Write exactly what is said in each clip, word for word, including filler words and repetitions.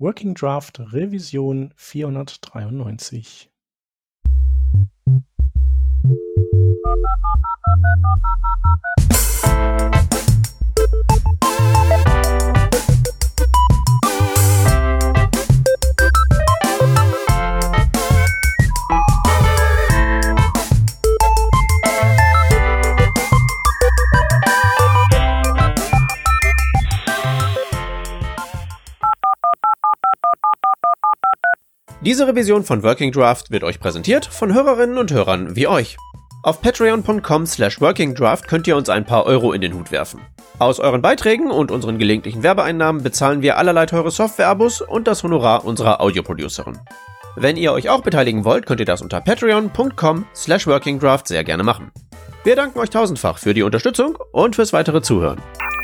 Working Draft Revision vierhundertdreiundneunzig. Diese Revision von Working Draft wird euch präsentiert von Hörerinnen und Hörern wie euch. Auf patreon.com slash workingdraft könnt ihr uns ein paar Euro in den Hut werfen. Aus euren Beiträgen und unseren gelegentlichen Werbeeinnahmen bezahlen wir allerlei teure Software-Abos und das Honorar unserer Audioproducerin. Wenn ihr euch auch beteiligen wollt, könnt ihr das unter patreon.com slash workingdraft sehr gerne machen. Wir danken euch tausendfach für die Unterstützung und fürs weitere Zuhören.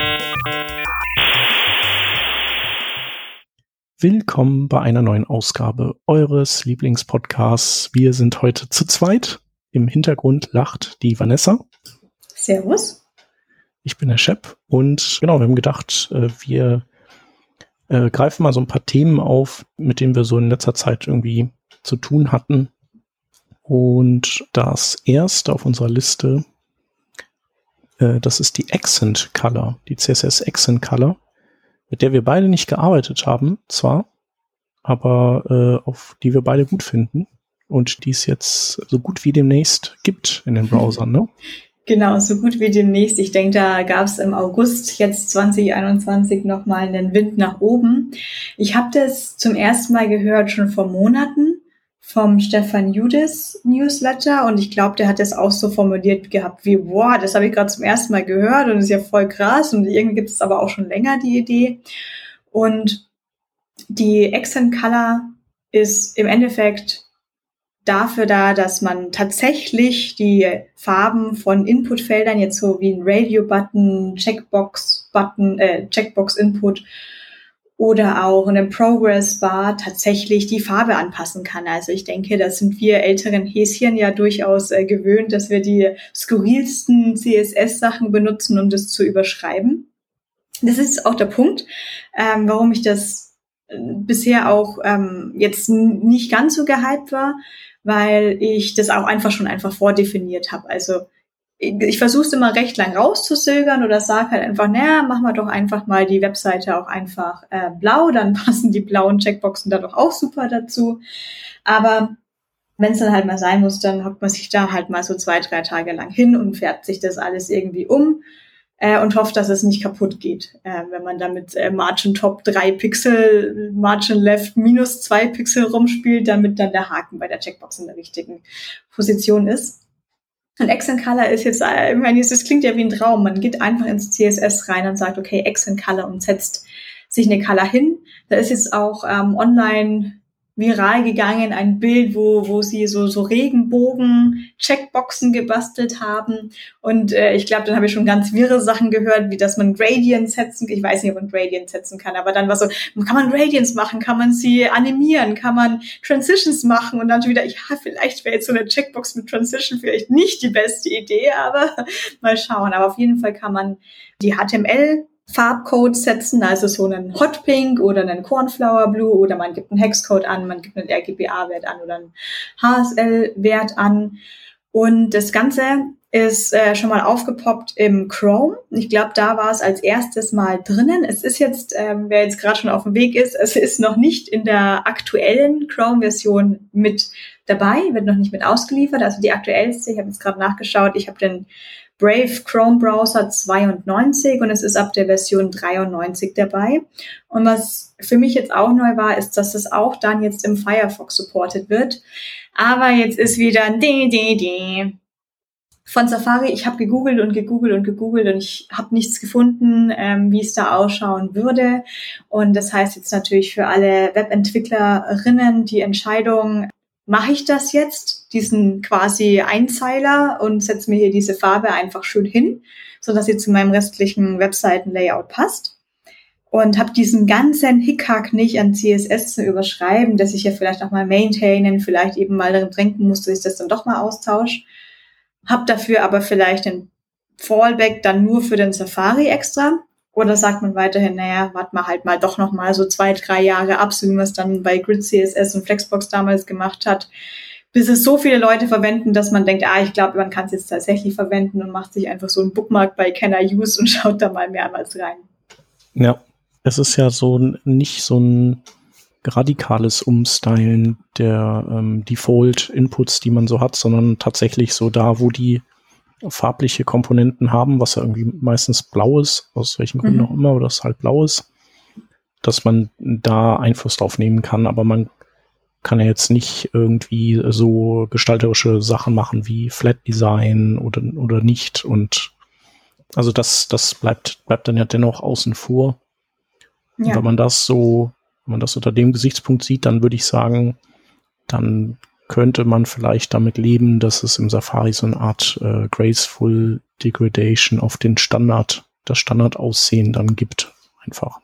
Willkommen bei einer neuen Ausgabe eures Lieblingspodcasts. Wir sind heute zu zweit. Im Hintergrund lacht die Vanessa. Servus. Ich bin der Shep und genau, wir haben gedacht, wir äh, greifen mal so ein paar Themen auf, mit denen wir so in letzter Zeit irgendwie zu tun hatten. Und das erste auf unserer Liste, äh, das ist die Accent Color, die C S S Accent Color, mit der wir beide nicht gearbeitet haben, zwar, aber äh, auf die wir beide gut finden und die es jetzt so gut wie demnächst gibt in den Browsern, ne? Genau, so gut wie demnächst. Ich denke, da gab es im August jetzt zwanzig einundzwanzig nochmal einen Wind nach oben. Ich habe das zum ersten Mal gehört schon vor Monaten vom Stefan Judis Newsletter und ich glaube, der hat das auch so formuliert gehabt wie, boah, das habe ich gerade zum ersten Mal gehört und ist ja voll krass und irgendwie gibt es aber auch schon länger die Idee. Und die Accent Color ist im Endeffekt dafür da, dass man tatsächlich die Farben von Inputfeldern, jetzt so wie ein Radio-Button, Checkbox-Button, äh, Checkbox-Input oder auch in einem Progress-Bar tatsächlich die Farbe anpassen kann. Also ich denke, da sind wir älteren Häschen ja durchaus äh, gewöhnt, dass wir die skurrilsten C S S-Sachen benutzen, um das zu überschreiben. Das ist auch der Punkt, ähm, warum ich das äh, bisher auch ähm, jetzt n- nicht ganz so gehypt war, weil ich das auch einfach schon einfach vordefiniert habe. Also ich versuche es immer recht lang rauszuzögern oder sage halt einfach, naja, machen wir doch einfach mal die Webseite auch einfach äh, blau, dann passen die blauen Checkboxen da doch auch super dazu. Aber wenn es dann halt mal sein muss, dann hockt man sich da halt mal so zwei, drei Tage lang hin und färbt sich das alles irgendwie um äh, und hofft, dass es nicht kaputt geht. Äh, wenn man da mit äh, Margin Top drei Pixel, Margin Left minus zwei Pixel rumspielt, damit dann der Haken bei der Checkbox in der richtigen Position ist. Und Accent Color ist jetzt, ich meine, das klingt ja wie ein Traum. Man geht einfach ins C S S rein und sagt, okay, Accent Color und setzt sich eine Color hin. Da ist jetzt auch ähm, online viral gegangen ein Bild, wo wo sie so so Regenbogen-Checkboxen gebastelt haben. Und äh, ich glaube, dann habe ich schon ganz wirre Sachen gehört, wie dass man Gradients setzen, ich weiß nicht, ob man Gradients setzen kann, aber dann war so, kann man Gradients machen, kann man sie animieren, kann man Transitions machen und dann schon wieder, ja, vielleicht wäre jetzt so eine Checkbox mit Transition vielleicht nicht die beste Idee, aber mal schauen. Aber auf jeden Fall kann man die H T M L Farbcodes setzen, also so einen Hot Pink oder einen Cornflower Blue oder man gibt einen Hexcode an, man gibt einen R G B A-Wert an oder einen H S L-Wert an. Und das Ganze ist äh, schon mal aufgepoppt im Chrome. Ich glaube, da war es als erstes mal drinnen. Es ist jetzt, ähm, wer jetzt gerade schon auf dem Weg ist, es ist noch nicht in der aktuellen Chrome-Version mit dabei, wird noch nicht mit ausgeliefert. Also die aktuellste, ich habe jetzt gerade nachgeschaut, ich habe den Brave Chrome Browser zweiundneunzig und es ist ab der Version dreiundneunzig dabei. Und was für mich jetzt auch neu war, ist, dass es auch dann jetzt im Firefox supported wird. Aber jetzt ist wieder ein D D D von Safari. Ich habe gegoogelt und gegoogelt und gegoogelt und ich habe nichts gefunden, ähm, wie es da ausschauen würde. Und das heißt jetzt natürlich für alle Webentwicklerinnen die Entscheidung, mache ich das jetzt, diesen quasi Einzeiler und setze mir hier diese Farbe einfach schön hin, sodass sie zu meinem restlichen Webseitenlayout passt und habe diesen ganzen Hickhack nicht an C S S zu überschreiben, dass ich ja vielleicht auch mal maintainen, vielleicht eben mal darin denken muss, dass ich das dann doch mal austausche. Habe dafür aber vielleicht einen Fallback dann nur für den Safari extra Oder sagt man weiterhin, naja, warten wir halt mal doch noch mal so zwei, drei Jahre ab, so wie man es dann bei Grid C S S und Flexbox damals gemacht hat, bis es so viele Leute verwenden, dass man denkt, ah, ich glaube, man kann es jetzt tatsächlich verwenden und macht sich einfach so einen Bookmark bei Can I Use und schaut da mal mehrmals rein. Ja, es ist ja so nicht so ein radikales Umstylen der ähm, Default-Inputs, die man so hat, sondern tatsächlich so da, wo die farbliche Komponenten haben, was ja irgendwie meistens blau ist, aus welchen Gründen auch immer, oder das halt blau ist, dass man da Einfluss drauf nehmen kann, aber man kann ja jetzt nicht irgendwie so gestalterische Sachen machen wie Flat Design oder, oder nicht. Und also das, das bleibt, bleibt dann ja dennoch außen vor. Ja. Und wenn man das so, wenn man das unter dem Gesichtspunkt sieht, dann würde ich sagen, dann könnte man vielleicht damit leben, dass es im Safari so eine Art äh, Graceful Degradation auf den Standard, das Standardaussehen dann gibt. Einfach.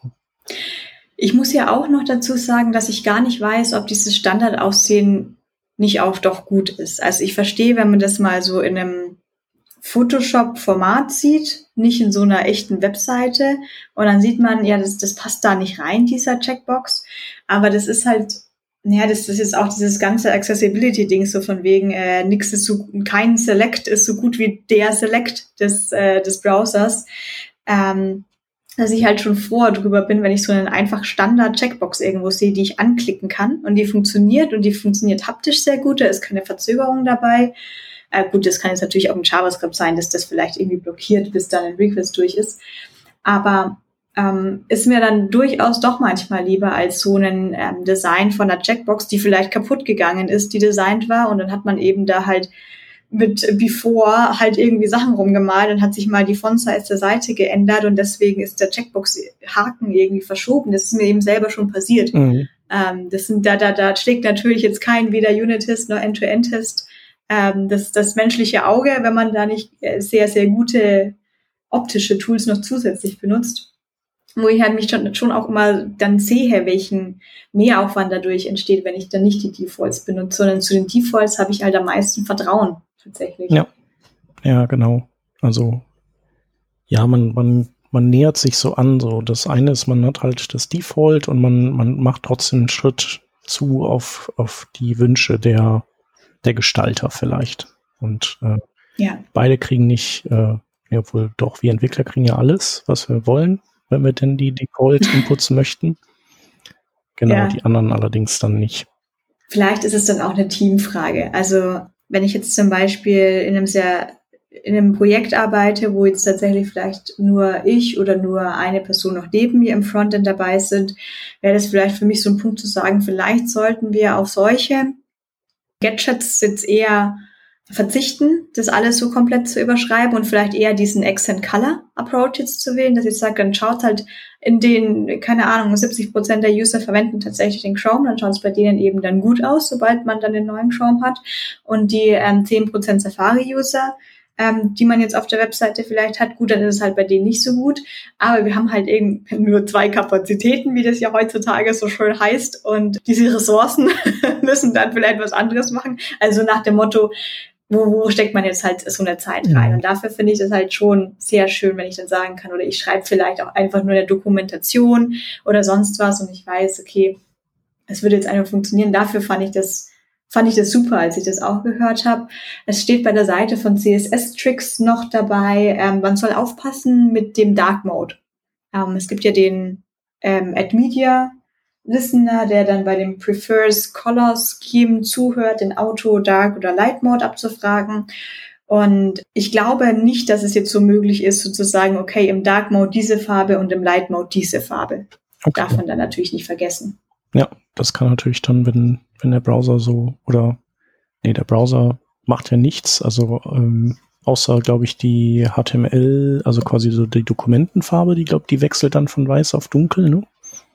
Ich muss ja auch noch dazu sagen, dass ich gar nicht weiß, ob dieses Standardaussehen nicht auch doch gut ist. Also ich verstehe, wenn man das mal so in einem Photoshop-Format sieht, nicht in so einer echten Webseite. Und dann sieht man, ja, das, das passt da nicht rein, dieser Checkbox. Aber das ist halt, ja, das, das ist auch dieses ganze Accessibility-Ding, so von wegen, äh, nix ist so, kein Select ist so gut wie der Select des, äh, des Browsers. Ähm, dass ich halt schon froh drüber bin, wenn ich so einen einfach Standard-Checkbox irgendwo sehe, die ich anklicken kann und die funktioniert und die funktioniert haptisch sehr gut, da ist keine Verzögerung dabei. Äh, gut, das kann jetzt natürlich auch ein JavaScript sein, dass das vielleicht irgendwie blockiert, bis dann ein Request durch ist. Aber ähm, ist mir dann durchaus doch manchmal lieber als so ein ähm, Design von einer Checkbox, die vielleicht kaputt gegangen ist, die designt war und dann hat man eben da halt mit Before halt irgendwie Sachen rumgemalt und hat sich mal die Font-Size der Seite geändert und deswegen ist der Checkbox-Haken irgendwie verschoben. Das ist mir eben selber schon passiert. Mhm. Ähm, das sind, da, da, da schlägt natürlich jetzt kein weder Unit-Test noch End-to-End-Test ähm, das, das menschliche Auge, wenn man da nicht sehr, sehr gute optische Tools noch zusätzlich benutzt. Wo ich halt mich schon, schon auch immer dann sehe, welchen Mehraufwand dadurch entsteht, wenn ich dann nicht die Defaults benutze, sondern zu den Defaults habe ich halt am meisten Vertrauen. Tatsächlich. Ja, ja, genau. Also, ja, man, man, man nähert sich so an, so. Das eine ist, man hat halt das Default und man, man macht trotzdem einen Schritt zu auf, auf die Wünsche der, der Gestalter vielleicht. Und, äh, ja. beide kriegen nicht, äh, ja, obwohl doch, wir Entwickler kriegen ja alles, was wir wollen, wenn wir denn die Default-Inputs möchten. Genau, ja. Die anderen allerdings dann nicht. Vielleicht ist es dann auch eine Teamfrage. Also, wenn ich jetzt zum Beispiel in einem sehr, in einem Projekt arbeite, wo jetzt tatsächlich vielleicht nur ich oder nur eine Person noch neben mir im Frontend dabei sind, wäre das vielleicht für mich so ein Punkt zu sagen, vielleicht sollten wir auf solche Gadgets jetzt eher verzichten, das alles so komplett zu überschreiben und vielleicht eher diesen Accent Color Approach jetzt zu wählen, dass ich sage, dann schaut halt in den, keine Ahnung, siebzig Prozent der User verwenden tatsächlich den Chrome, dann schaut es bei denen eben dann gut aus, sobald man dann den neuen Chrome hat und die ähm, zehn Prozent Safari-User, ähm, die man jetzt auf der Webseite vielleicht hat, gut, dann ist es halt bei denen nicht so gut, aber wir haben halt eben nur zwei Kapazitäten, wie das ja heutzutage so schön heißt und diese Ressourcen müssen dann vielleicht was anderes machen, also nach dem Motto, Wo, wo steckt man jetzt halt so eine Zeit rein? Und dafür finde ich das halt schon sehr schön, wenn ich dann sagen kann, oder ich schreibe vielleicht auch einfach nur eine Dokumentation oder sonst was und ich weiß, okay, es würde jetzt einfach funktionieren. Dafür fand ich das, fand ich das super, als ich das auch gehört habe. Es steht bei der Seite von C S S Tricks noch dabei, ähm, man soll aufpassen mit dem Dark Mode. Ähm, es gibt ja den ähm, Ad Media Listener, der dann bei dem Prefers Color Scheme zuhört, den Auto, Dark oder Light Mode abzufragen. Und ich glaube nicht, dass es jetzt so möglich ist, sozusagen, okay, im Dark Mode diese Farbe und im Light Mode diese Farbe. Okay. Darf man dann natürlich nicht vergessen. Ja, das kann natürlich dann, wenn, wenn der Browser so, oder, nee, der Browser macht ja nichts, also, ähm, außer, glaube ich, die H T M L, also quasi so die Dokumentenfarbe, die, glaube die wechselt dann von weiß auf dunkel, ne?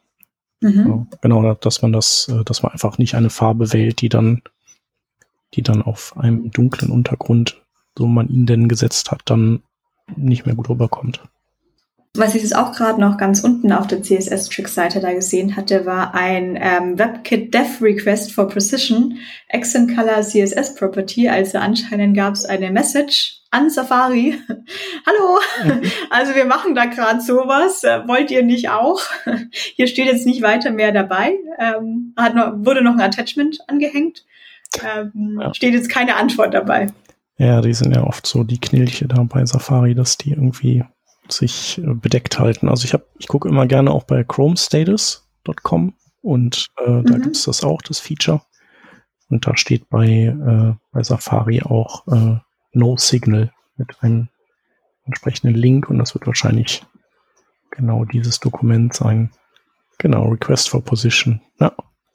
Mhm. Genau, dass man das, dass man einfach nicht eine Farbe wählt, die dann, die dann auf einem dunklen Untergrund, so man ihn denn gesetzt hat, dann nicht mehr gut rüberkommt. Was ich jetzt auch gerade noch ganz unten auf der C S S Tricks Seite da gesehen hatte, war ein ähm, WebKit Dev Request for Precision Accent Color C S S Property. Also anscheinend gab es eine Message an Safari. Hallo, mhm. Also wir machen da gerade sowas. Äh, wollt ihr nicht auch? Hier steht jetzt nicht weiter mehr dabei. Ähm, hat noch, wurde noch ein Attachment angehängt. Ähm, ja. Steht jetzt keine Antwort dabei. Ja, die sind ja oft so die Knilche da bei Safari, dass die irgendwie sich äh, bedeckt halten. Also ich habe, ich gucke immer gerne auch bei chrome status dot com und äh, mhm. da gibt's das auch, das Feature. Und da steht bei, äh, bei Safari auch äh, No Signal mit einem entsprechenden Link und das wird wahrscheinlich genau dieses Dokument sein. Genau, Request for Position. Ja.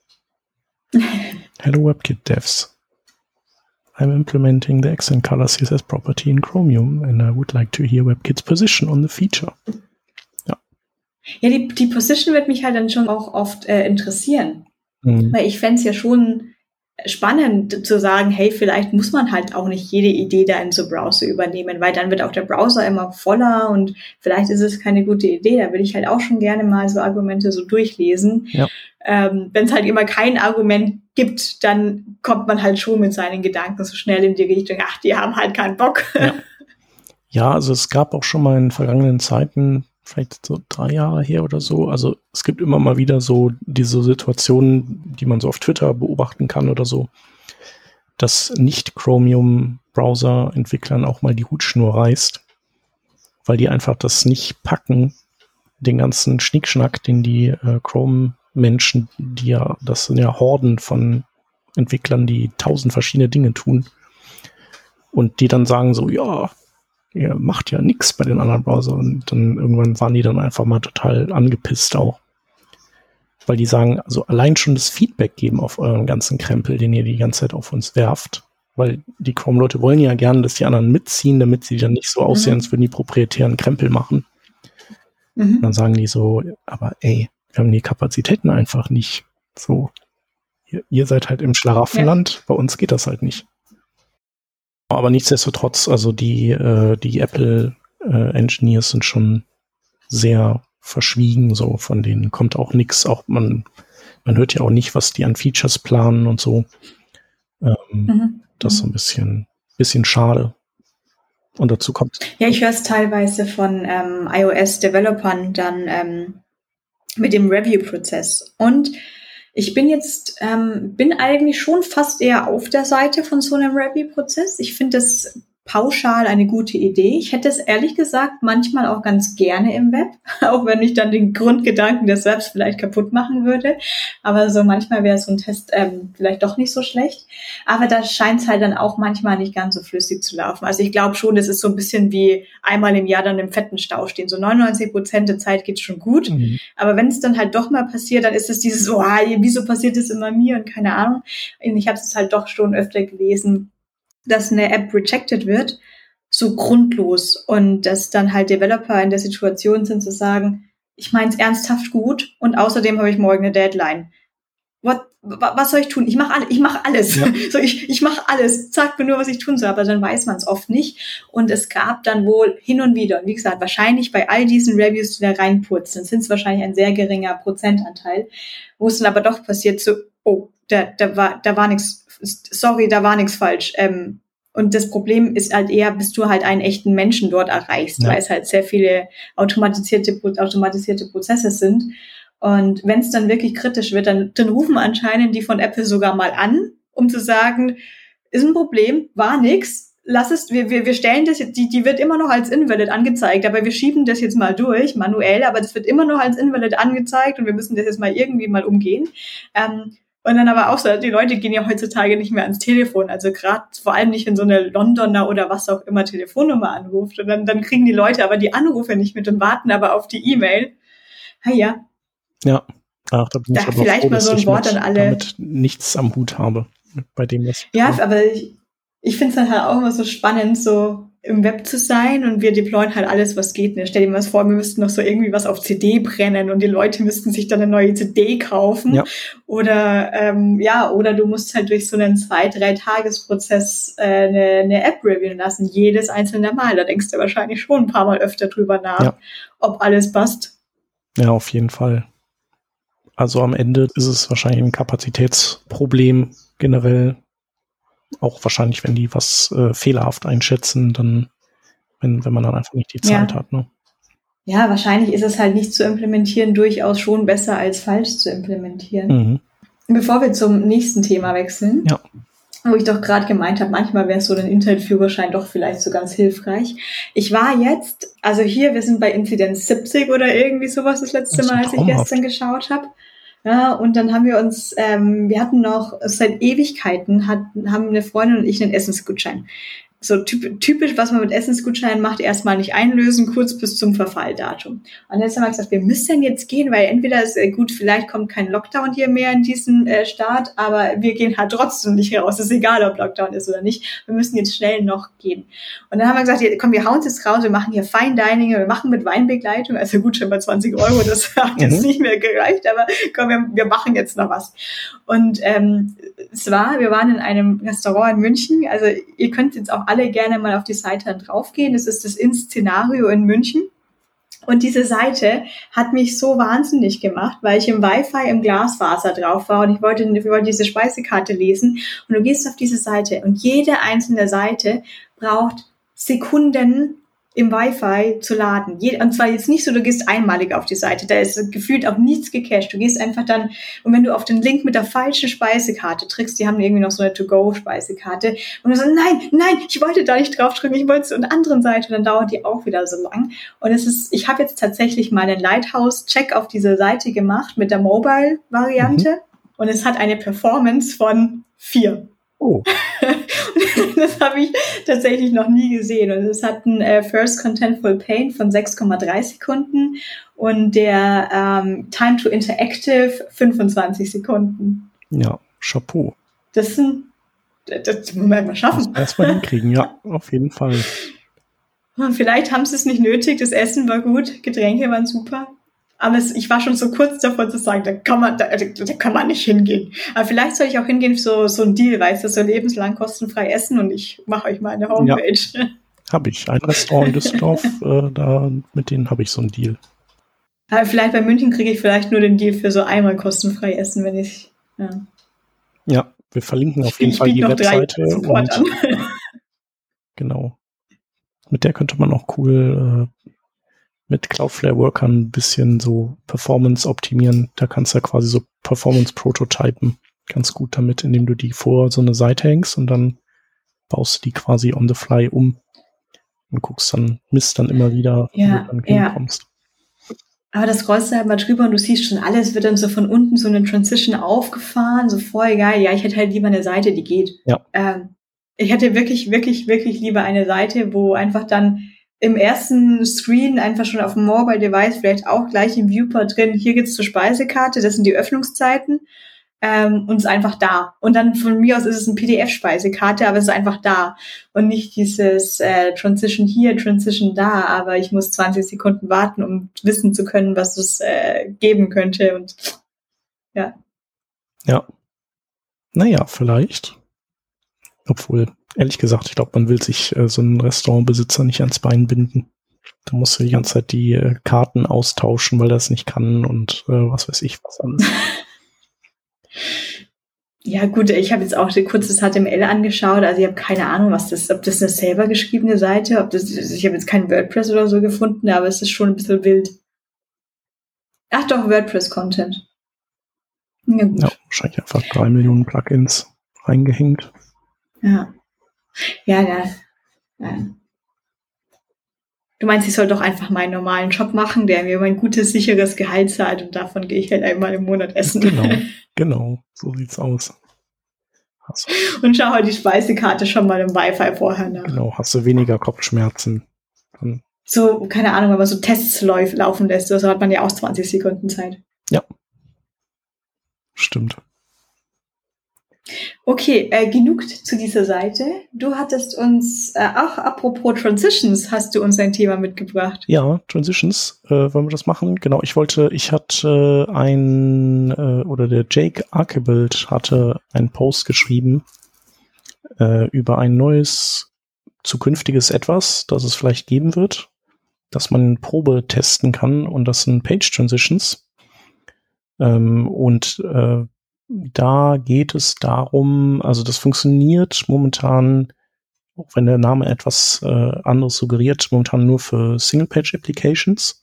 Hello WebKit Devs. I'm implementing the Accent Color C S S property in Chromium and I would like to hear WebKit's position on the feature. Ja, ja die, die Position wird mich halt dann schon auch oft äh, interessieren. Mhm. Weil ich fände es ja schon spannend zu sagen, hey, vielleicht muss man halt auch nicht jede Idee da in so Browser übernehmen, weil dann wird auch der Browser immer voller und vielleicht ist es keine gute Idee. Da würde ich halt auch schon gerne mal so Argumente so durchlesen. Ja. Ähm, wenn es halt immer kein Argument gibt, dann kommt man halt schon mit seinen Gedanken so schnell in die Richtung, ach, die haben halt keinen Bock. Ja, ja, also es gab auch schon mal in vergangenen Zeiten, vielleicht so drei Jahre her oder so. Also es gibt immer mal wieder so diese Situationen, die man so auf Twitter beobachten kann oder so, dass Nicht-Chromium-Browser-Entwicklern auch mal die Hutschnur reißt, weil die einfach das nicht packen, den ganzen Schnickschnack, den die äh, Chrome-Menschen, die ja, das sind ja Horden von Entwicklern, die tausend verschiedene Dinge tun und die dann sagen so, ja, ihr macht ja nichts bei den anderen Browsern. Und dann irgendwann waren die dann einfach mal total angepisst auch. Weil die sagen, also allein schon das Feedback geben auf euren ganzen Krempel, den ihr die ganze Zeit auf uns werft. Weil die Chrome-Leute wollen ja gerne, dass die anderen mitziehen, damit sie dann nicht so aussehen, mhm. als würden die proprietären Krempel machen. Mhm. Und dann sagen die so, aber ey, wir haben die Kapazitäten einfach nicht. So, ihr, ihr seid halt im Schlaraffenland, ja. Bei uns geht das halt nicht. Aber nichtsdestotrotz, also die, äh, die Apple-Engineers äh, sind schon sehr verschwiegen, so von denen kommt auch nichts. Auch man, man hört ja auch nicht, was die an Features planen und so. Ähm, mhm. Das ist so ein bisschen, bisschen schade. Und dazu kommt. Ja, ich höre es teilweise von ähm, iOS-Developern dann ähm, mit dem Review-Prozess. Und ich bin jetzt, ähm, bin eigentlich schon fast eher auf der Seite von so einem Review-Prozess. Ich finde das pauschal eine gute Idee. Ich hätte es ehrlich gesagt manchmal auch ganz gerne im Web, auch wenn ich dann den Grundgedanken des Webs vielleicht kaputt machen würde. Aber so manchmal wäre so ein Test ähm, vielleicht doch nicht so schlecht. Aber da scheint es halt dann auch manchmal nicht ganz so flüssig zu laufen. Also ich glaube schon, das ist so ein bisschen wie einmal im Jahr dann im fetten Stau stehen. So neunundneunzig Prozent der Zeit geht's schon gut. Mhm. Aber wenn es dann halt doch mal passiert, dann ist es dieses, oh, wieso passiert das immer mir und keine Ahnung. Und ich habe es halt doch schon öfter gelesen, dass eine App rejected wird, so grundlos. Und dass dann halt Developer in der Situation sind zu sagen, ich meine es ernsthaft gut und außerdem habe ich morgen eine Deadline. What, was soll ich tun? Ich mache alle, ich mache alles. Ja. So, ich, ich mache alles. Sagt mir nur, was ich tun soll. Aber dann weiß man es oft nicht. Und es gab dann wohl hin und wieder, und wie gesagt, wahrscheinlich bei all diesen Reviews, die da reinpurzeln, sind es wahrscheinlich ein sehr geringer Prozentanteil, wo es dann aber doch passiert, so, oh, da, da war, da war nichts, sorry, da war nichts falsch. Ähm, und das Problem ist halt eher, bis du halt einen echten Menschen dort erreichst, ja. Weil es halt sehr viele automatisierte, automatisierte Prozesse sind. Und wenn es dann wirklich kritisch wird, dann, dann rufen anscheinend die von Apple sogar mal an, um zu sagen, ist ein Problem, war nix, lass es, wir, wir, wir stellen das jetzt, die, die wird immer noch als invalid angezeigt, aber wir schieben das jetzt mal durch, manuell, aber das wird immer noch als invalid angezeigt und wir müssen das jetzt mal irgendwie mal umgehen. Ähm, Und dann aber auch so, die Leute gehen ja heutzutage nicht mehr ans Telefon, also gerade vor allem nicht, wenn so eine Londoner oder was auch immer Telefonnummer anruft. Und dann, dann kriegen die Leute aber die Anrufe nicht mit und warten aber auf die E-Mail. Ha ja. Ja, ach, da bin ich da aber vielleicht froh, mal so ein Wort mit, an alle. damit nichts am Hut habe, bei dem das. Ja, kommt. Aber ich, ich finde es dann halt auch immer so spannend, so im Web zu sein und wir deployen halt alles, was geht. Ne? Stell dir mal vor, wir müssten noch so irgendwie was auf C D brennen und die Leute müssten sich dann eine neue C D kaufen. Ja. Oder ähm, ja, oder du musst halt durch so einen zwei-, drei-Tages-Prozess äh, eine, eine App reviewen lassen, jedes einzelne Mal. Da denkst du wahrscheinlich schon ein paar Mal öfter drüber nach, ja. Ob alles passt. Ja, auf jeden Fall. Also am Ende ist es wahrscheinlich ein Kapazitätsproblem generell. auch wahrscheinlich, wenn die was äh, fehlerhaft einschätzen, dann, wenn, wenn man dann einfach nicht die Zeit Ja. hat. Ne? Ja, wahrscheinlich ist es halt nicht zu implementieren durchaus schon besser als falsch zu implementieren. Mhm. Bevor wir zum nächsten Thema wechseln, Ja. wo ich doch gerade gemeint habe, manchmal wäre so ein Internetführerschein doch vielleicht so ganz hilfreich. Ich war jetzt, also hier, wir sind bei Inzidenz siebzig oder irgendwie sowas das letzte Das ist Mal, als ich traumhaft. gestern geschaut habe. Ja, und dann haben wir uns, ähm, wir hatten noch seit Ewigkeiten, hat, haben eine Freundin und ich einen Essensgutschein. So typ, typisch, was man mit Essensgutscheinen macht, erstmal nicht einlösen, kurz bis zum Verfalldatum. Und jetzt haben wir gesagt, wir müssen jetzt gehen, weil entweder ist äh, gut, vielleicht kommt kein Lockdown hier mehr in diesem äh, Staat, aber wir gehen halt trotzdem nicht raus. Es ist egal, ob Lockdown ist oder nicht. Wir müssen jetzt schnell noch gehen. Und dann haben wir gesagt, ja, komm, wir hauen es jetzt raus, wir machen hier Fine Dining, wir machen mit Weinbegleitung, also gut, schon bei zwanzig Euro, das hat jetzt Mhm. nicht mehr gereicht, aber komm, wir, wir machen jetzt noch was. Und ähm, es war, wir waren in einem Restaurant in München, also ihr könnt jetzt auch alle gerne mal auf die Seite draufgehen, das ist das In-Szenario in München. Und diese Seite hat mich so wahnsinnig gemacht, weil ich im Wi-Fi im Glasfaser drauf war und ich wollte, ich wollte diese Speisekarte lesen. Und du gehst auf diese Seite und jede einzelne Seite braucht Sekunden im Wi-Fi zu laden. Und zwar jetzt nicht so, du gehst einmalig auf die Seite, da ist gefühlt auch nichts gecached. Du gehst einfach dann, und wenn du auf den Link mit der falschen Speisekarte drückst, die haben irgendwie noch so eine To-Go-Speisekarte, und du sagst, nein, nein, ich wollte da nicht draufdrücken, ich wollte es auf der anderen Seite, dann dauert die auch wieder so lang. Und es ist, ich habe jetzt tatsächlich mal einen Lighthouse-Check auf diese Seite gemacht mit der Mobile-Variante, mhm. und es hat eine Performance von vier. Oh. Das habe ich tatsächlich noch nie gesehen. Und es hat ein äh, First Contentful Paint von sechs Komma drei Sekunden und der ähm, Time to Interactive fünfundzwanzig Sekunden. Ja, Chapeau. Das sind, das, das muss man mal schaffen. Das erstmal hinkriegen, ja, auf jeden Fall. Vielleicht haben sie es nicht nötig, das Essen war gut, Getränke waren super. Aber es, ich war schon so kurz davor zu sagen, da kann man, da, da kann man nicht hingehen. Aber vielleicht soll ich auch hingehen, so, so ein Deal, weißt du, so lebenslang kostenfrei essen und ich mache euch mal eine Homepage. Ja, habe ich. Ein Restaurant in Düsseldorf, äh, da, mit denen habe ich so einen Deal. Aber vielleicht bei München kriege ich vielleicht nur den Deal für so einmal kostenfrei essen, wenn ich, ja. Ja, wir verlinken auf ich, jeden ich Fall die Webseite. Und, an. Genau. Mit der könnte man auch cool, äh, mit Cloudflare Worker ein bisschen so Performance optimieren. Da kannst du ja quasi so Performance prototypen ganz gut damit, indem du die vor so eine Seite hängst und dann baust du die quasi on the fly um und guckst dann, misst dann immer wieder, ja, wie du dann hinkommst. Ja. Aber das rollst du halt mal drüber und du siehst schon alles, wird dann so von unten so eine Transition aufgefahren, so voll geil. Ja, ich hätte halt lieber eine Seite, die geht. Ja. Ähm, ich hätte wirklich, wirklich, wirklich lieber eine Seite, wo einfach dann im ersten Screen einfach schon auf dem Mobile Device vielleicht auch gleich im Viewport drin, hier geht's zur Speisekarte, das sind die Öffnungszeiten, ähm, und ist einfach da. Und dann von mir aus ist es eine P D F-Speisekarte, aber es ist einfach da. Und nicht dieses äh, Transition hier, Transition da, aber ich muss zwanzig Sekunden warten, um wissen zu können, was es äh, geben könnte. Und ja. Ja. Naja, vielleicht. Obwohl, ehrlich gesagt, ich glaube, man will sich äh, so einen Restaurantbesitzer nicht ans Bein binden. Da musst du die ganze Zeit die äh, Karten austauschen, weil er es nicht kann und äh, was weiß ich was alles. Ja gut, ich habe jetzt auch kurz das H T M L angeschaut, also ich habe keine Ahnung, was das ist, ob das eine selber geschriebene Seite, ob das, ich habe jetzt kein WordPress oder so gefunden, aber es ist schon ein bisschen wild. Ach doch, WordPress-Content. Ja, gut. Ja, wahrscheinlich einfach drei Millionen Plugins reingehängt. Ja. Ja, ja. ja. Du meinst, ich soll doch einfach meinen normalen Job machen, der mir mein gutes, sicheres Gehalt zahlt und davon gehe ich halt einmal im Monat essen. Genau, genau, so sieht's aus. Hast und schau halt die Speisekarte schon mal im Wi-Fi vorher nach. Genau, hast du weniger Kopfschmerzen. Dann so, keine Ahnung, wenn man so Tests lauf, laufen lässt, so hat man ja auch zwanzig Sekunden Zeit. Ja, stimmt. Okay, äh, genug zu dieser Seite. Du hattest uns, äh, auch apropos Transitions, hast du uns ein Thema mitgebracht. Ja, Transitions, äh, wollen wir das machen? Genau, ich wollte, ich hatte ein, äh, oder der Jake Archibald hatte einen Post geschrieben äh, über ein neues, zukünftiges Etwas, das es vielleicht geben wird, dass man in Probe testen kann, und das sind Page Transitions. Ähm, und äh, Da geht es darum, also das funktioniert momentan, auch wenn der Name etwas äh, anderes suggeriert, momentan nur für Single-Page-Applications.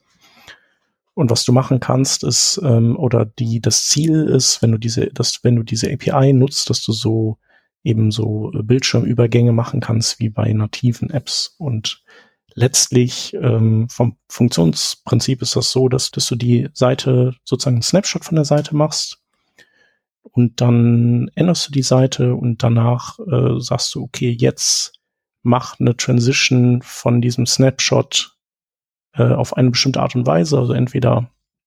Und was du machen kannst, ist, ähm, oder die das Ziel ist, wenn du diese, dass wenn du diese A P I nutzt, dass du so eben so Bildschirmübergänge machen kannst wie bei nativen Apps. Und letztlich ähm, vom Funktionsprinzip ist das so, dass, dass du die Seite sozusagen einen Snapshot von der Seite machst und dann änderst du die Seite und danach äh, sagst du, okay, jetzt mach eine Transition von diesem Snapshot auf eine bestimmte Art und Weise, also entweder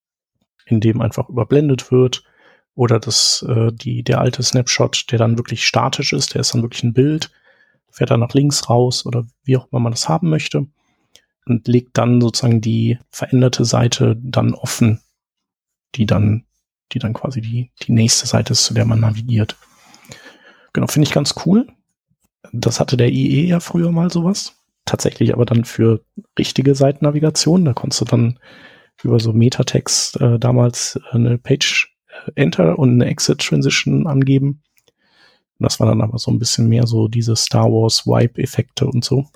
indem einfach überblendet wird oder dass äh, die der alte Snapshot, der dann wirklich statisch ist, der ist dann wirklich ein Bild, fährt dann nach links raus oder wie auch immer man das haben möchte und legt dann sozusagen die veränderte Seite dann offen, die dann die dann quasi die die nächste Seite ist, zu der man navigiert. Genau, finde ich ganz cool. Das hatte der I E ja früher mal sowas. Tatsächlich aber dann für richtige Seitennavigation. Da konntest du dann über so Metatext äh, damals eine Page Enter und eine Exit Transition angeben. Und das war dann aber so ein bisschen mehr so diese Star Wars Wipe-Effekte und so.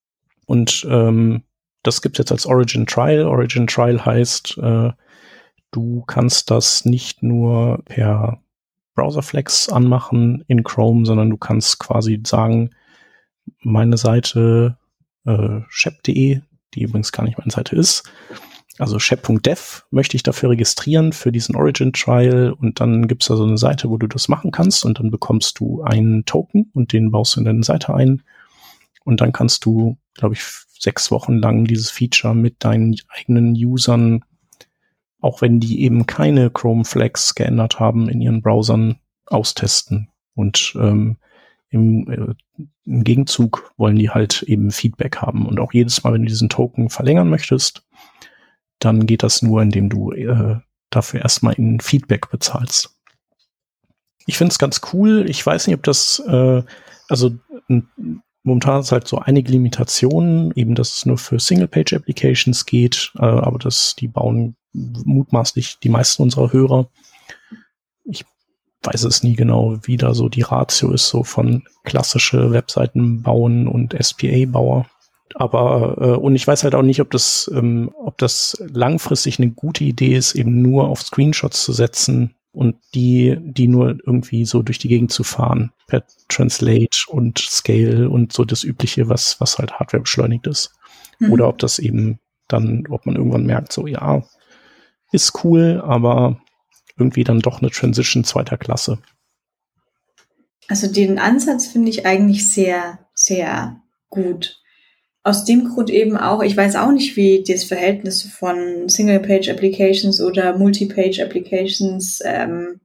Und ähm, das gibt es jetzt als Origin Trial. Origin Trial heißt, äh, du kannst das nicht nur per Browserflex anmachen in Chrome, sondern du kannst quasi sagen, meine Seite äh, shep punkt de, die übrigens gar nicht meine Seite ist, also shep punkt dev möchte ich dafür registrieren für diesen Origin Trial und dann gibt's da so eine Seite, wo du das machen kannst und dann bekommst du einen Token und den baust du in deine Seite ein und dann kannst du, glaube ich, sechs Wochen lang dieses Feature mit deinen eigenen Usern, auch wenn die eben keine Chrome Flags geändert haben, in ihren Browsern austesten und ähm, Im, äh, im Gegenzug wollen die halt eben Feedback haben. Und auch jedes Mal, wenn du diesen Token verlängern möchtest, dann geht das nur, indem du äh, dafür erstmal in Feedback bezahlst. Ich finde es ganz cool. Ich weiß nicht, ob das, äh, also n- momentan ist halt so einige Limitationen, eben, dass es nur für Single-Page-Applications geht, äh, aber das, die bauen mutmaßlich die meisten unserer Hörer. Ich weiß es nie genau, wie da so die Ratio ist, so von klassische Webseiten bauen und S P A-Bauer. Aber, äh, und ich weiß halt auch nicht, ob das, ähm, ob das langfristig eine gute Idee ist, eben nur auf Screenshots zu setzen und die, die nur irgendwie so durch die Gegend zu fahren, per Translate und Scale und so das Übliche, was, was halt Hardware beschleunigt ist. Mhm. Oder ob das eben dann, ob man irgendwann merkt, so, ja, ist cool, aber irgendwie dann doch eine Transition zweiter Klasse. Also den Ansatz finde ich eigentlich sehr, sehr gut. Aus dem Grund eben auch, ich weiß auch nicht, wie das Verhältnis von Single-Page-Applications oder Multi-Page-Applications ähm,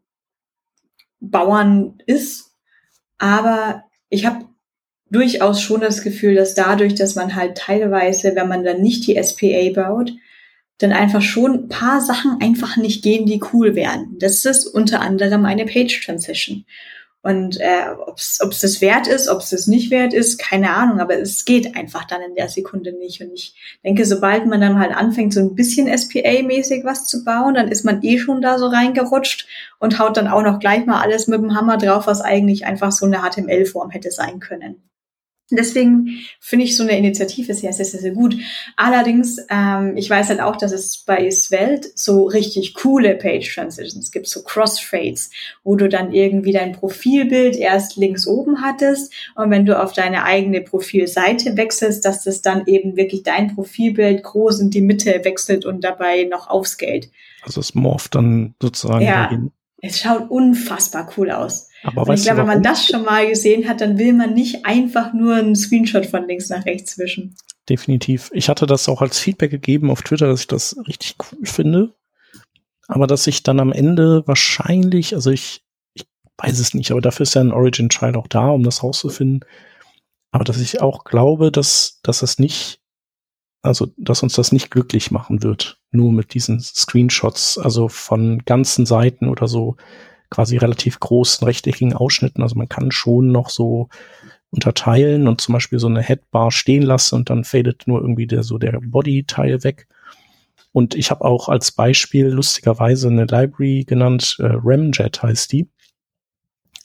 Bauern ist, aber ich habe durchaus schon das Gefühl, dass dadurch, dass man halt teilweise, wenn man dann nicht die S P A baut, dann einfach schon ein paar Sachen einfach nicht gehen, die cool wären. Das ist unter anderem eine Page Transition. Und äh, ob es das wert ist, ob es das nicht wert ist, keine Ahnung, aber es geht einfach dann in der Sekunde nicht. Und ich denke, sobald man dann halt anfängt, so ein bisschen S P A-mäßig was zu bauen, dann ist man eh schon da so reingerutscht und haut dann auch noch gleich mal alles mit dem Hammer drauf, was eigentlich einfach so eine H T M L-Form hätte sein können. Deswegen finde ich so eine Initiative sehr, sehr, sehr, sehr gut. Allerdings, ähm, ich weiß halt auch, dass es bei Svelte so richtig coole Page Transitions gibt, so Crossfades, wo du dann irgendwie dein Profilbild erst links oben hattest und wenn du auf deine eigene Profilseite wechselst, dass das dann eben wirklich dein Profilbild groß in die Mitte wechselt und dabei noch aufscaled. Also es morpht dann sozusagen ja, dahin. Es schaut unfassbar cool aus. Aber und ich glaube, wenn man das schon mal gesehen hat, dann will man nicht einfach nur einen Screenshot von links nach rechts wischen. Definitiv. Ich hatte das auch als Feedback gegeben auf Twitter, dass ich das richtig cool finde. Aber dass ich dann am Ende wahrscheinlich, also ich, ich weiß es nicht, aber dafür ist ja ein Origin Trial auch da, um das rauszufinden. Aber dass ich auch glaube, dass, dass es nicht, also, dass uns das nicht glücklich machen wird, nur mit diesen Screenshots, also von ganzen Seiten oder so quasi relativ großen rechteckigen Ausschnitten. Also man kann schon noch so unterteilen und zum Beispiel so eine Headbar stehen lassen und dann fadet nur irgendwie der, so der Body-Teil weg. Und ich habe auch als Beispiel lustigerweise eine Library genannt, äh, Ramjet heißt die.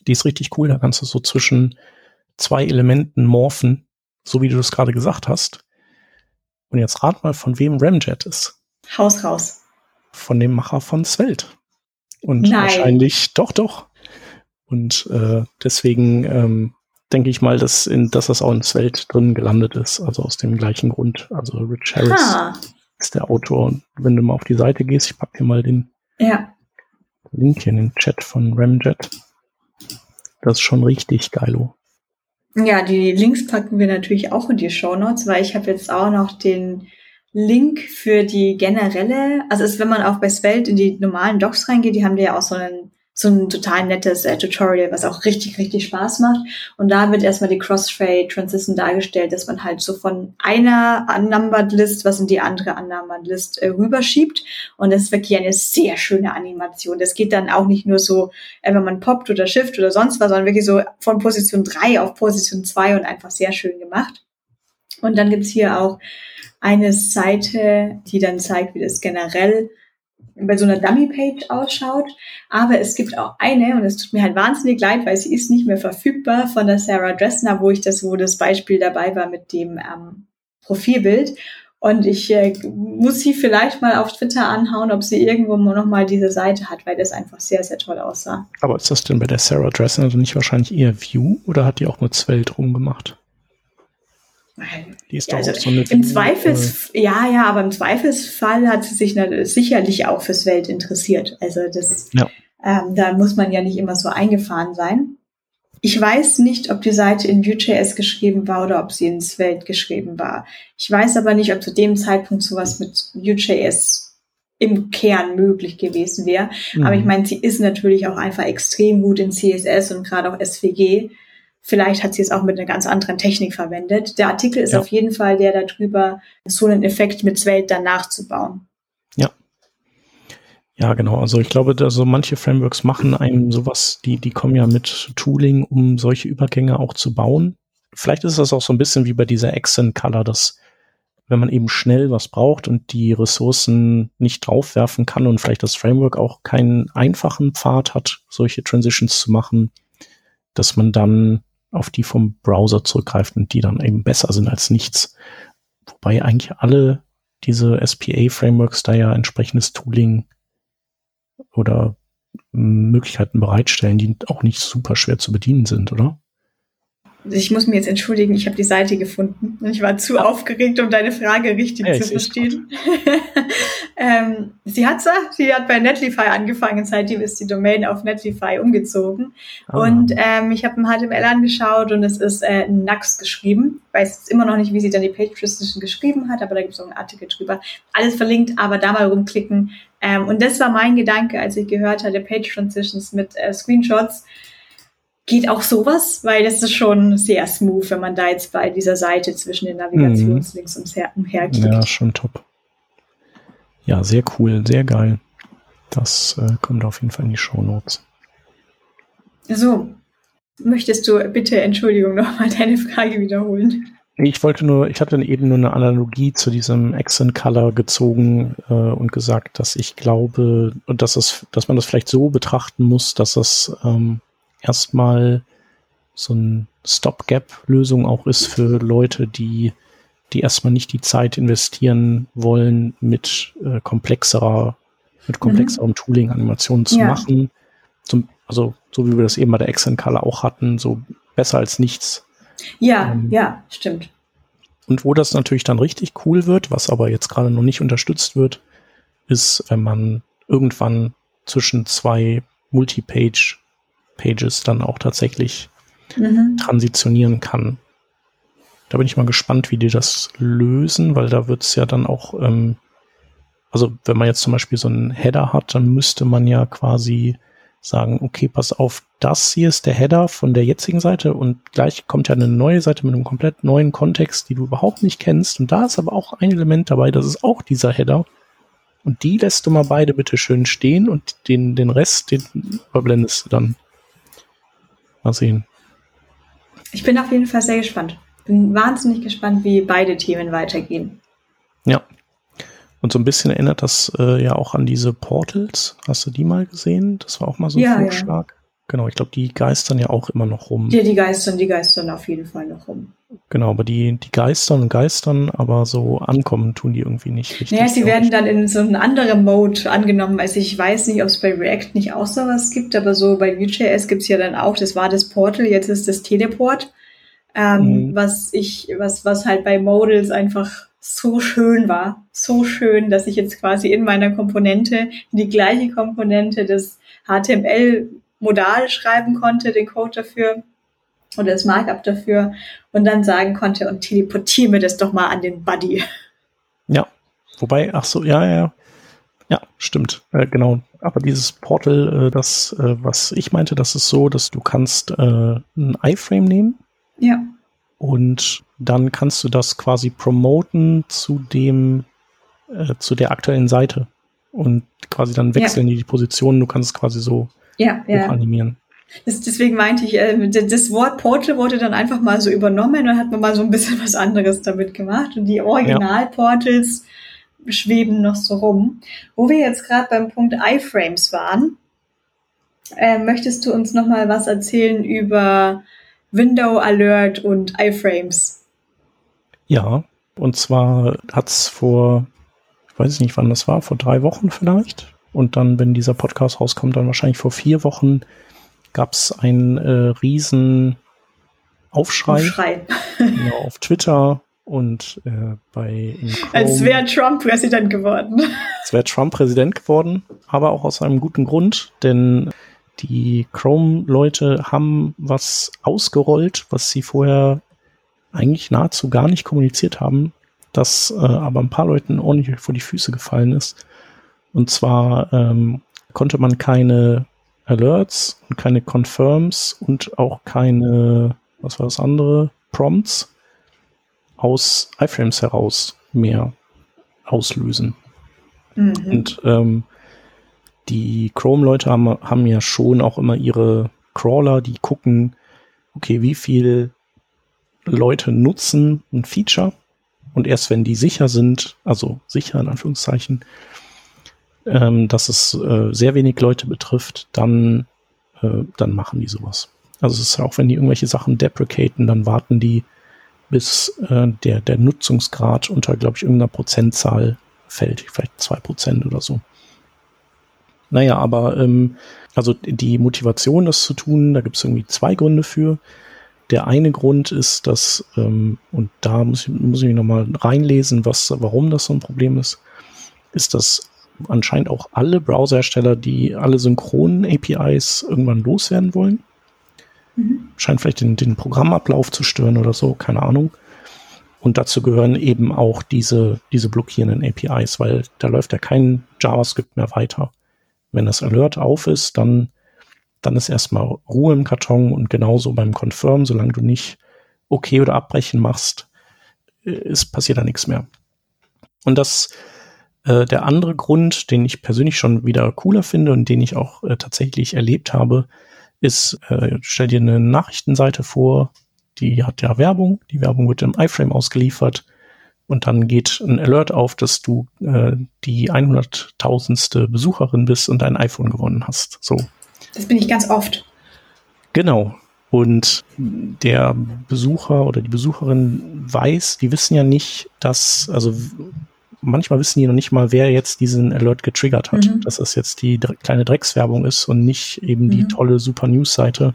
die ist richtig cool. Da kannst du so zwischen zwei Elementen morphen, so wie du das gerade gesagt hast. Und jetzt rat mal, von wem Ramjet ist. Haus raus. Von dem Macher von Svelte. Und Nein. wahrscheinlich, doch, doch. Und äh, deswegen ähm, denke ich mal, dass, in, dass das auch in Svelte drin gelandet ist. Also aus dem gleichen Grund. Also Rich Harris Ah. ist der Autor. Und wenn du mal auf die Seite gehst, ich packe hier mal den Ja. Link hier in den Chat von Ramjet. Das ist schon richtig geilo. Ja, die Links packen wir natürlich auch in die Shownotes, weil ich habe jetzt auch noch den Link für die generelle, also ist, wenn man auch bei Svelte in die normalen Docs reingeht, die haben ja auch so einen so ein total nettes äh, Tutorial, was auch richtig, richtig Spaß macht. Und da wird erstmal die Cross-Trade Transition dargestellt, dass man halt so von einer Unnumbered List, was in die andere Unnumbered List äh, rüberschiebt. Und das ist wirklich eine sehr schöne Animation. Das geht dann auch nicht nur so, äh, wenn man poppt oder shift oder sonst was, sondern wirklich so von Position drei auf Position zwei und einfach sehr schön gemacht. Und dann gibt's hier auch eine Seite, die dann zeigt, wie das generell bei so einer Dummy-Page ausschaut. Aber es gibt auch eine, und es tut mir halt wahnsinnig leid, weil sie ist nicht mehr verfügbar, von der Sarah Dressner, wo ich das, wo das Beispiel dabei war mit dem ähm, Profilbild. Und ich äh, muss sie vielleicht mal auf Twitter anhauen, ob sie irgendwo noch mal diese Seite hat, weil das einfach sehr, sehr toll aussah. Aber ist das denn bei der Sarah Dressner also nicht wahrscheinlich eher Vue oder hat die auch mit Svelte rumgemacht? Die ist ja, doch also auch so eine im Vue, Zweifels, äh, ja, ja, aber im Zweifelsfall hat sie sich na, sicherlich auch für Svelte interessiert. Also das, ja. ähm, da muss man ja nicht immer so eingefahren sein. Ich weiß nicht, ob die Seite in Vue.js geschrieben war oder ob sie in Svelte geschrieben war. Ich weiß aber nicht, ob zu dem Zeitpunkt sowas mit Vue.js im Kern möglich gewesen wäre. Mhm. Aber ich meine, sie ist natürlich auch einfach extrem gut in C S S und gerade auch S V G. Vielleicht hat sie es auch mit einer ganz anderen Technik verwendet. Der Artikel ist ja auf jeden Fall der darüber, so einen Effekt mit Svelte dann nachzubauen. Ja. Ja, genau. Also ich glaube, da so manche Frameworks machen einem sowas, die, die kommen ja mit Tooling, um solche Übergänge auch zu bauen. Vielleicht ist das auch so ein bisschen wie bei dieser Accent Color, dass wenn man eben schnell was braucht und die Ressourcen nicht draufwerfen kann und vielleicht das Framework auch keinen einfachen Pfad hat, solche Transitions zu machen, dass man dann auf die vom Browser zurückgreift und die dann eben besser sind als nichts. Wobei eigentlich alle diese S P A-Frameworks da ja entsprechendes Tooling oder Möglichkeiten bereitstellen, die auch nicht super schwer zu bedienen sind, oder? Ich muss mich jetzt entschuldigen, ich habe die Seite gefunden und ich war zu ja. aufgeregt, um deine Frage richtig ja, zu verstehen. ähm, sie hat sie hat bei Netlify angefangen, seitdem ist die Domain auf Netlify umgezogen. Ah. Und ähm, ich habe im H T M L angeschaut und es ist äh, Nux geschrieben. Ich weiß jetzt immer noch nicht, wie sie dann die Page Transition geschrieben hat, aber da gibt es auch einen Artikel drüber. Alles verlinkt, aber da mal rumklicken. Ähm, und das war mein Gedanke, als ich gehört hatte, Page Transitions mit äh, Screenshots. Geht auch sowas, weil das ist schon sehr smooth, wenn man da jetzt bei dieser Seite zwischen den Navigationslinks mhm. umherklickt. Ja, schon top. Ja, sehr cool, sehr geil. Das äh, kommt auf jeden Fall in die Shownotes. So, möchtest du bitte, Entschuldigung, nochmal deine Frage wiederholen? Ich wollte nur, ich hatte eben nur eine Analogie zu diesem Accent Color gezogen äh, und gesagt, dass ich glaube, und dass es, dass man das vielleicht so betrachten muss, dass das ähm, erstmal so ein Stopgap-Lösung auch ist für Leute, die, die erstmal nicht die Zeit investieren wollen, mit äh, komplexerer, mit komplexerem mhm. Tooling Animationen zu ja. machen. Zum, also, so wie wir das eben bei der Accent Color auch hatten, so besser als nichts. Ja, ähm, ja, stimmt. Und wo das natürlich dann richtig cool wird, was aber jetzt gerade noch nicht unterstützt wird, ist, wenn man irgendwann zwischen zwei Multipage Pages dann auch tatsächlich mhm. transitionieren kann. Da bin ich mal gespannt, wie die das lösen, weil da wird es ja dann auch, ähm, also wenn man jetzt zum Beispiel so einen Header hat, dann müsste man ja quasi sagen, okay, pass auf, das hier ist der Header von der jetzigen Seite und gleich kommt ja eine neue Seite mit einem komplett neuen Kontext, die du überhaupt nicht kennst und da ist aber auch ein Element dabei, das ist auch dieser Header und die lässt du mal beide bitte schön stehen und den, den Rest, den überblendest du dann. Mal sehen. Ich bin auf jeden Fall sehr gespannt. Bin wahnsinnig gespannt, wie beide Themen weitergehen. Ja. Und so ein bisschen erinnert das äh, ja auch an diese Portals. Hast du die mal gesehen? Das war auch mal so ein ja, Vorschlag. Genau, ich glaube, die geistern ja auch immer noch rum. Ja, die geistern, die geistern auf jeden Fall noch rum. Genau, aber die, die geistern und geistern, aber so ankommen tun die irgendwie nicht richtig. Naja, sie werden dann in so einen anderen Mode angenommen. Also ich weiß nicht, ob es bei React nicht auch sowas gibt, aber so bei Vue.js gibt es ja dann auch, das war das Portal, jetzt ist das Teleport, ähm, mhm. was ich, was, was halt bei Modals einfach so schön war. So schön, dass ich jetzt quasi in meiner Komponente, in die gleiche Komponente des H T M L-Modal schreiben konnte, den Code dafür oder das Markup dafür und dann sagen konnte und teleportiere mir das doch mal an den Buddy. Ja, wobei, ach so, ja, ja, ja, stimmt, äh, genau. Aber dieses Portal, äh, das, äh, was ich meinte, das ist so, dass du kannst äh, ein iframe nehmen. Ja. Und dann kannst du das quasi promoten zu dem, äh, zu der aktuellen Seite. Und quasi dann wechseln ja. die Positionen. Du kannst es quasi so ja, ja. hochanimieren. Das, deswegen meinte ich, äh, das Wort Portal wurde dann einfach mal so übernommen und dann hat man mal so ein bisschen was anderes damit gemacht. Und die Original-Portals ja. schweben noch so rum. Wo wir jetzt gerade beim Punkt iframes waren, äh, möchtest du uns noch mal was erzählen über Window Alert und iframes? Ja, und zwar hat's vor, ich weiß nicht, wann das war, vor drei Wochen vielleicht. Und dann, wenn dieser Podcast rauskommt, dann wahrscheinlich vor vier Wochen gab es einen äh, riesen Aufschrei, Aufschrei. Genau, auf Twitter und äh, bei Chrome. Als wäre Trump Präsident geworden. Als wäre Trump Präsident geworden, aber auch aus einem guten Grund, denn die Chrome-Leute haben was ausgerollt, was sie vorher eigentlich nahezu gar nicht kommuniziert haben, das äh, aber ein paar Leuten ordentlich vor die Füße gefallen ist. Und zwar ähm, konnte man keine Alerts und keine Confirms und auch keine, was war das andere, Prompts aus iframes heraus mehr auslösen. Mhm. Und ähm, die Chrome-Leute haben, haben ja schon auch immer ihre Crawler, die gucken, okay, wie viel Leute nutzen ein Feature und erst wenn die sicher sind, also sicher in Anführungszeichen, ähm, dass es äh, sehr wenig Leute betrifft, dann, äh, dann machen die sowas. Also es ist ja auch, wenn die irgendwelche Sachen deprecaten, dann warten die, bis äh, der, der Nutzungsgrad unter, glaube ich, irgendeiner Prozentzahl fällt, vielleicht zwei Prozent oder so. Naja, aber ähm, also die Motivation, das zu tun, da gibt es irgendwie zwei Gründe für. Der eine Grund ist, dass, ähm, und da muss ich, muss ich nochmal reinlesen, was, warum das so ein Problem ist, ist, dass anscheinend auch alle Browserhersteller, die alle synchronen A P Is irgendwann loswerden wollen. Mhm. Scheint vielleicht den, den Programmablauf zu stören oder so, keine Ahnung. Und dazu gehören eben auch diese, diese blockierenden A P Is, weil da läuft ja kein JavaScript mehr weiter. Wenn das Alert auf ist, dann, dann ist erstmal Ruhe im Karton und genauso beim Confirm, solange du nicht okay oder abbrechen machst, ist, passiert da nichts mehr. Und das, äh, der andere Grund, den ich persönlich schon wieder cooler finde und den ich auch äh, tatsächlich erlebt habe, ist, äh, stell dir eine Nachrichtenseite vor, die hat ja Werbung, die Werbung wird im iframe ausgeliefert. Und dann geht ein Alert auf, dass du äh, die hunderttausendste Besucherin bist und ein iPhone gewonnen hast. So. Das bin ich ganz oft. Genau. Und der Besucher oder die Besucherin weiß, die wissen ja nicht, dass, also manchmal wissen die noch nicht mal, wer jetzt diesen Alert getriggert hat. Mhm. Dass das jetzt die dre- kleine Dreckswerbung ist und nicht eben mhm. die tolle Super News-Seite.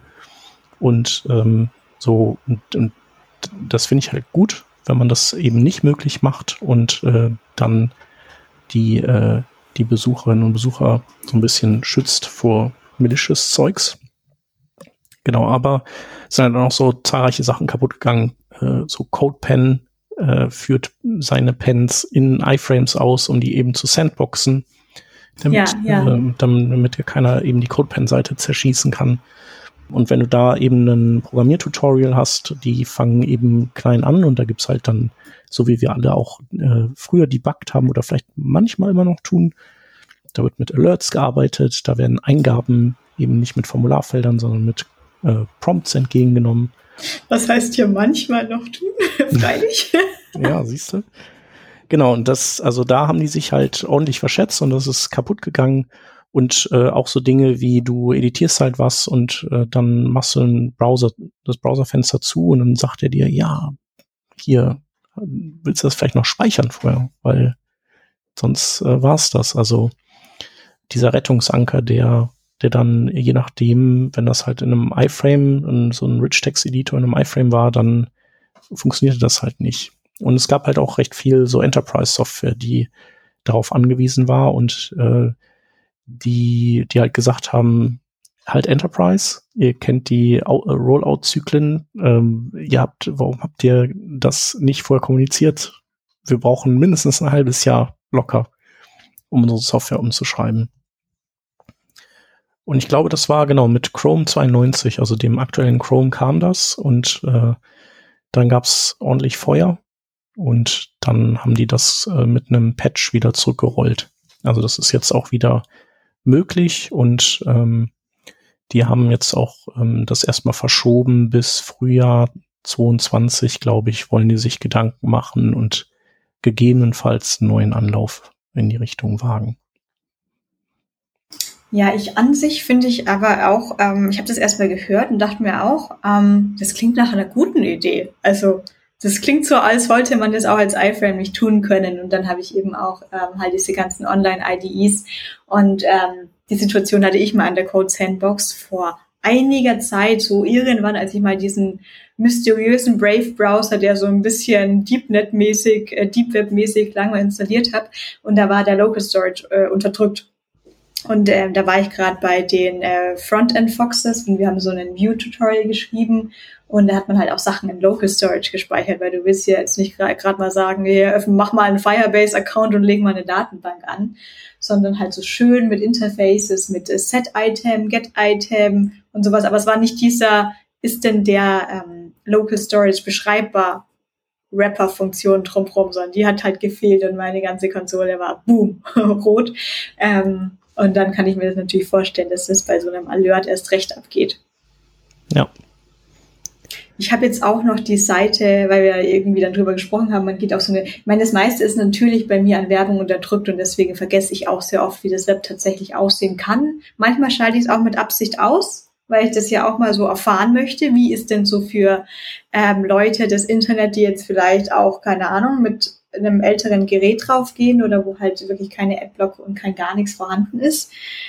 Und ähm, so, und, und das finde ich halt gut, wenn man das eben nicht möglich macht und äh, dann die, äh, die Besucherinnen und Besucher so ein bisschen schützt vor malicious Zeugs. Genau, aber es sind halt auch so zahlreiche Sachen kaputt gegangen. Äh, so CodePen äh, führt seine Pens in iframes aus, um die eben zu sandboxen, damit, ja, ja. Äh, damit ja keiner eben die CodePen-Seite zerschießen kann. Und wenn du da eben ein Programmiertutorial hast, die fangen eben klein an und da gibt's halt dann, so wie wir alle auch äh, früher debuggt haben oder vielleicht manchmal immer noch tun, da wird mit Alerts gearbeitet, da werden Eingaben eben nicht mit Formularfeldern, sondern mit äh, Prompts entgegengenommen. Was heißt hier manchmal noch tun? Freilich. Ja, siehst du. Genau, und das, also da haben die sich halt ordentlich verschätzt und das ist kaputt gegangen. Und äh, auch so Dinge wie du editierst halt was und äh, dann machst du einen Browser, das Browserfenster zu und dann sagt er dir, ja, hier, willst du das vielleicht noch speichern vorher? Weil sonst äh, war's das. Also dieser Rettungsanker, der der dann je nachdem, wenn das halt in einem iFrame, in so ein Rich-Text-Editor in einem iFrame war, dann funktionierte das halt nicht. Und es gab halt auch recht viel so Enterprise-Software, die darauf angewiesen war und äh, die, die halt gesagt haben, halt Enterprise, ihr kennt die Rollout-Zyklen, ähm, ihr habt, warum habt ihr das nicht vorher kommuniziert? Wir brauchen mindestens ein halbes Jahr locker, um unsere Software umzuschreiben. Und ich glaube, das war genau mit Chrome zweiundneunzig, also dem aktuellen Chrome kam das und äh, dann gab's ordentlich Feuer und dann haben die das äh, mit einem Patch wieder zurückgerollt. Also das ist jetzt auch wieder möglich und ähm, die haben jetzt auch ähm, das erstmal verschoben bis Frühjahr zweiundzwanzig, glaube ich, wollen die sich Gedanken machen und gegebenenfalls einen neuen Anlauf in die Richtung wagen. Ja, ich an sich finde ich aber auch, ähm, ich habe das erstmal gehört und dachte mir auch, ähm, das klingt nach einer guten Idee. Also das klingt so, als wollte man das auch als iFrame nicht tun können. Und dann habe ich eben auch ähm, halt diese ganzen Online-I D Es. Und ähm, die Situation hatte ich mal an der Code Sandbox vor einiger Zeit, so irgendwann, als ich mal diesen mysteriösen Brave-Browser, der so ein bisschen DeepNet-mäßig, äh, DeepWeb-mäßig lange installiert habe. Und da war der Local Storage äh, unterdrückt. Und äh, da war ich gerade bei den äh, Frontend-Foxes und wir haben so ein Vue-Tutorial geschrieben und da hat man halt auch Sachen in Local Storage gespeichert, weil du willst ja jetzt nicht gerade gra- mal sagen, hier, mach mal einen Firebase-Account und leg mal eine Datenbank an, sondern halt so schön mit Interfaces, mit äh, Set-Item, Get-Item und sowas. Aber es war nicht dieser, ist denn der ähm, Local Storage beschreibbar, Wrapper-Funktion drumherum, sondern die hat halt gefehlt und meine ganze Konsole war boom, rot. Ähm, Und dann kann ich mir das natürlich vorstellen, dass das bei so einem Alert erst recht abgeht. Ja. Ich habe jetzt auch noch die Seite, weil wir irgendwie dann drüber gesprochen haben, man geht auf so eine, ich meine, das meiste ist natürlich bei mir an Werbung unterdrückt und deswegen vergesse ich auch sehr oft, wie das Web tatsächlich aussehen kann. Manchmal schalte ich es auch mit Absicht aus, weil ich das ja auch mal so erfahren möchte. Wie ist denn so für ähm, Leute das Internet, die jetzt vielleicht auch, keine Ahnung, mit einem älteren Gerät draufgehen oder wo halt wirklich keine Adblock und kein gar nichts vorhanden ist.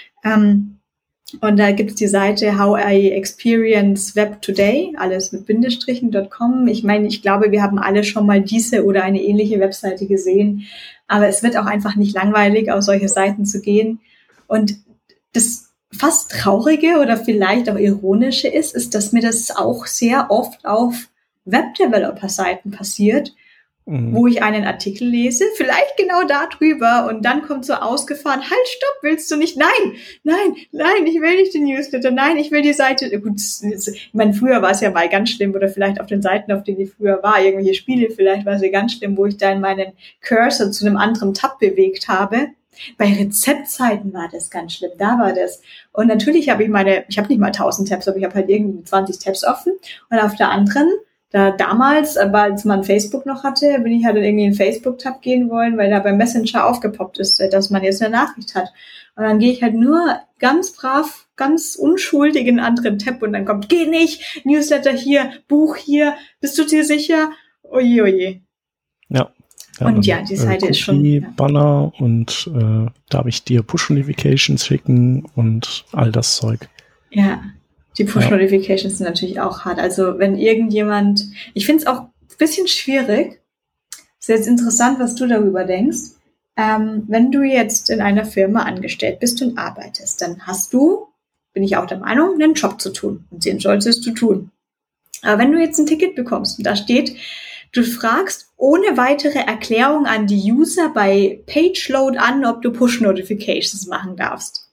Ähm, und da gibt's die Seite How I Experience Web Today, alles mit Bindestrichen .com. Ich meine, ich glaube, wir haben alle schon mal diese oder eine ähnliche Webseite gesehen, aber es wird auch einfach nicht langweilig, auf solche Seiten zu gehen. Und das fast Traurige oder vielleicht auch Ironische ist, ist, dass mir das auch sehr oft auf Web-Developer-Seiten passiert, mhm. wo ich einen Artikel lese, vielleicht genau da drüber und dann kommt so ausgefahren, halt, stopp, willst du nicht? Nein, nein, nein, ich will nicht den Newsletter, nein, ich will die Seite. Gut, ich meine, früher war es ja mal ganz schlimm oder vielleicht auf den Seiten, auf denen ich früher war, irgendwelche Spiele, vielleicht war es ja ganz schlimm, wo ich da in meinen Cursor zu einem anderen Tab bewegt habe. Bei Rezeptseiten war das ganz schlimm, da war das. Und natürlich habe ich meine, ich habe nicht mal tausend Tabs, aber ich habe halt irgendwie zwanzig Tabs offen und auf der anderen, da damals, aber als man Facebook noch hatte, bin ich halt in irgendwie in den Facebook-Tab gehen wollen, weil da beim Messenger aufgepoppt ist, dass man jetzt eine Nachricht hat. Und dann gehe ich halt nur ganz brav, ganz unschuldig in einen anderen Tab und dann kommt, geh nicht, Newsletter hier, Buch hier, bist du dir sicher? Oje, oje. Ja. Ja, und ja, die Seite äh, ist schon... Ja. Banner und äh, darf ich dir Push-Notifications schicken und all das Zeug. Ja, die Push-Notifications ja. sind natürlich auch hart. Also wenn irgendjemand... Ich finde es auch ein bisschen schwierig. Ist jetzt interessant, was du darüber denkst. Ähm, wenn du jetzt in einer Firma angestellt bist und arbeitest, dann hast du, bin ich auch der Meinung, einen Job zu tun. Und den solltest du tun. Aber wenn du jetzt ein Ticket bekommst und da steht... Du fragst ohne weitere Erklärung an die User bei PageLoad an, ob du Push-Notifications machen darfst.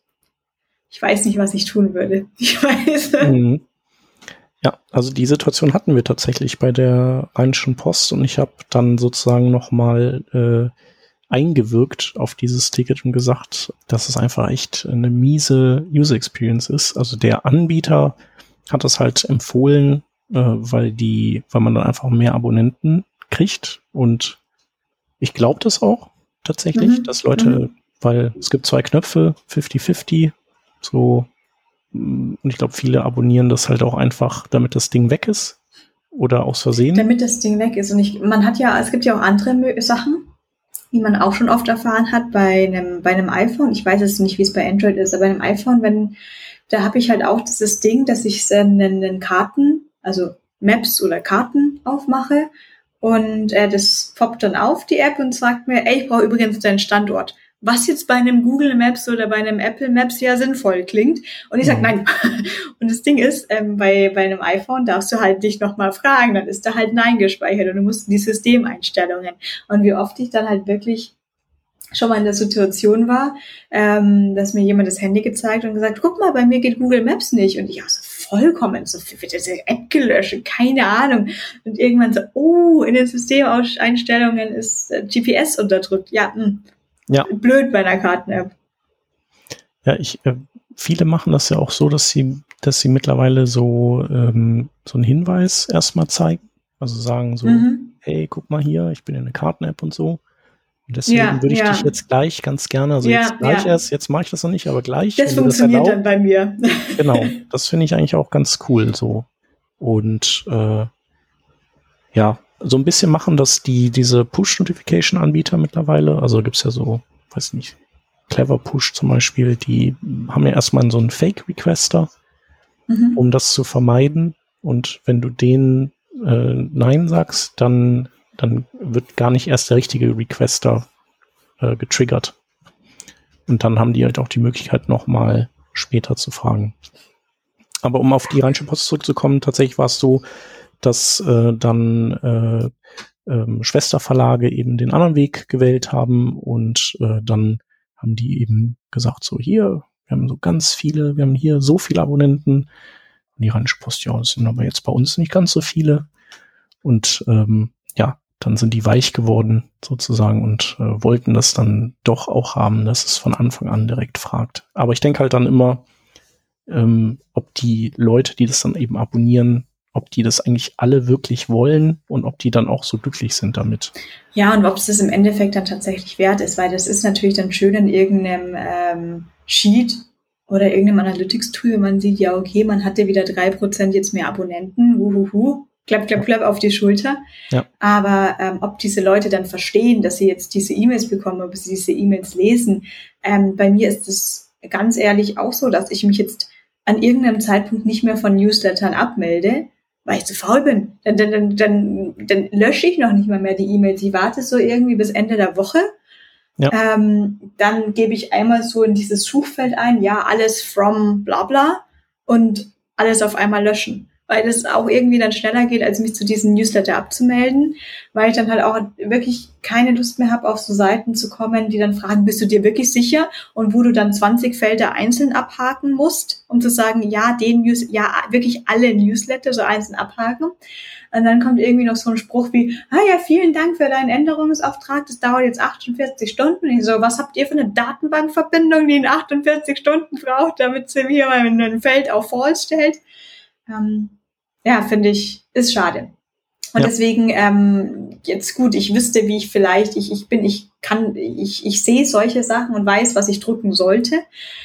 Ich weiß nicht, was ich tun würde. Ich weiß. Mhm. Ja, also die Situation hatten wir tatsächlich bei der Rheinischen Post und ich habe dann sozusagen nochmal äh, eingewirkt auf dieses Ticket und gesagt, dass es einfach echt eine miese User Experience ist. Also der Anbieter hat das halt empfohlen, weil die, weil man dann einfach mehr Abonnenten kriegt und ich glaube das auch tatsächlich, mhm. dass Leute mhm. weil es gibt zwei Knöpfe, fünfzig fünfzig, so, und ich glaube, viele abonnieren das halt auch einfach, damit das Ding weg ist oder aus Versehen. Damit das Ding weg ist. Und ich, man hat ja, es gibt ja auch andere Mö- Sachen, wie man auch schon oft erfahren hat bei einem, bei einem iPhone. Ich weiß jetzt nicht, wie es bei Android ist, aber bei einem iPhone, wenn, da habe ich halt auch dieses Ding, dass ich einen, einen Karten, also Maps oder Karten aufmache und äh, das poppt dann auf, die App, und sagt mir, ey, ich brauche übrigens deinen Standort. Was jetzt bei einem Google Maps oder bei einem Apple Maps ja sinnvoll klingt. Und ich sage, Mhm. nein. Und das Ding ist, ähm, bei, bei einem iPhone darfst du halt dich nochmal fragen, dann ist da halt Nein gespeichert und du musst in die Systemeinstellungen. Und wie oft ich dann halt wirklich schon mal in der Situation war, ähm, dass mir jemand das Handy gezeigt und gesagt, guck mal, bei mir geht Google Maps nicht. Und ich auch so vollkommen, so wird diese App gelöscht, keine Ahnung. Und irgendwann so, oh, in den Systemeinstellungen ist äh, G P S unterdrückt. Ja, mh. Ja. Blöd bei einer Karten-App. Ja, ich, äh, viele machen das ja auch so, dass sie, dass sie mittlerweile so, ähm, so einen Hinweis erstmal zeigen. Also sagen so, Mhm. hey, guck mal hier, ich bin in eine Karten-App und so. Und deswegen Ja, würde ich ja. dich jetzt gleich ganz gerne, also Ja, jetzt gleich ja. erst, jetzt mache ich das noch nicht, aber gleich, Das wenn du das funktioniert dann erlaubst. bei mir. Genau, das finde ich eigentlich auch ganz cool so. Und äh, ja, so ein bisschen machen das die diese Push-Notification-Anbieter mittlerweile. Also gibt's ja so, weiß nicht, Clever Push zum Beispiel, die haben ja erstmal so einen Fake-Requester, Mhm. um das zu vermeiden. Und wenn du denen äh, Nein sagst, dann, dann wird gar nicht erst der richtige Requester äh, getriggert. Und dann haben die halt auch die Möglichkeit, nochmal später zu fragen. Aber um auf die Rheinische Post zurückzukommen, tatsächlich war es so, dass äh, dann äh, ähm, Schwesterverlage eben den anderen Weg gewählt haben und äh, dann haben die eben gesagt, so hier, wir haben so ganz viele, wir haben hier so viele Abonnenten. Und die Rheinische Post, ja, das sind aber jetzt bei uns nicht ganz so viele. Und ähm, ja, dann sind die weich geworden sozusagen und äh, wollten das dann doch auch haben, dass es von Anfang an direkt fragt. Aber ich denke halt dann immer, ähm, ob die Leute, die das dann eben abonnieren, ob die das eigentlich alle wirklich wollen und ob die dann auch so glücklich sind damit. Ja, und ob es das im Endeffekt dann tatsächlich wert ist, weil das ist natürlich dann schön in irgendeinem ähm, Sheet oder irgendeinem Analytics-Tool, wenn man sieht, ja, okay, man hatte wieder drei Prozent jetzt mehr Abonnenten, huhuhu, klapp, klapp, klapp auf die Schulter. Ja. Aber ähm, ob diese Leute dann verstehen, dass sie jetzt diese E-Mails bekommen, ob sie diese E-Mails lesen, ähm, bei mir ist es ganz ehrlich auch so, dass ich mich jetzt an irgendeinem Zeitpunkt nicht mehr von Newslettern abmelde, weil ich zu faul bin. Dann, dann, dann, dann, dann lösche ich noch nicht mal mehr die E-Mails. Ich warte so irgendwie bis Ende der Woche. Ja. Ähm, dann gebe ich einmal so in dieses Suchfeld ein, ja, alles from bla bla und alles auf einmal löschen. Weil das auch irgendwie dann schneller geht, als mich zu diesem Newsletter abzumelden, weil ich dann halt auch wirklich keine Lust mehr habe, auf so Seiten zu kommen, die dann fragen, bist du dir wirklich sicher? Und wo du dann zwanzig Felder einzeln abhaken musst, um zu sagen, ja, den News, ja, wirklich alle Newsletter so einzeln abhaken. Und dann kommt irgendwie noch so ein Spruch wie, ah ja, vielen Dank für deinen Änderungsauftrag, das dauert jetzt achtundvierzig Stunden. Und ich so, was habt ihr für eine Datenbankverbindung, die in achtundvierzig Stunden braucht, damit sie mir mal ein Feld auf False stellt? Ähm, ja, finde ich, ist schade. Und Ja. deswegen, ähm, jetzt gut, ich wüsste, wie ich vielleicht, ich, ich bin, ich kann, ich, ich sehe solche Sachen und weiß, was ich drücken sollte.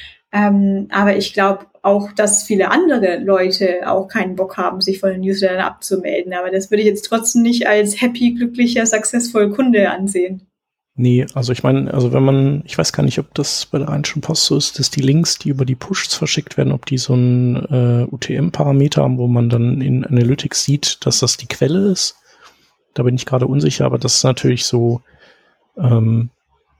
Ähm, aber ich glaube auch, dass viele andere Leute auch keinen Bock haben, sich von den Newslettern abzumelden. Aber das würde ich jetzt trotzdem nicht als happy, glücklicher, successful Kunde ansehen. Nee, also ich meine, also wenn man, ich weiß gar nicht, ob das bei der Rheinischen Post so ist, dass die Links, die über die Pushs verschickt werden, ob die so einen äh, U T M-Parameter haben, wo man dann in Analytics sieht, dass das die Quelle ist. Da bin ich gerade unsicher, aber das ist natürlich so, ähm,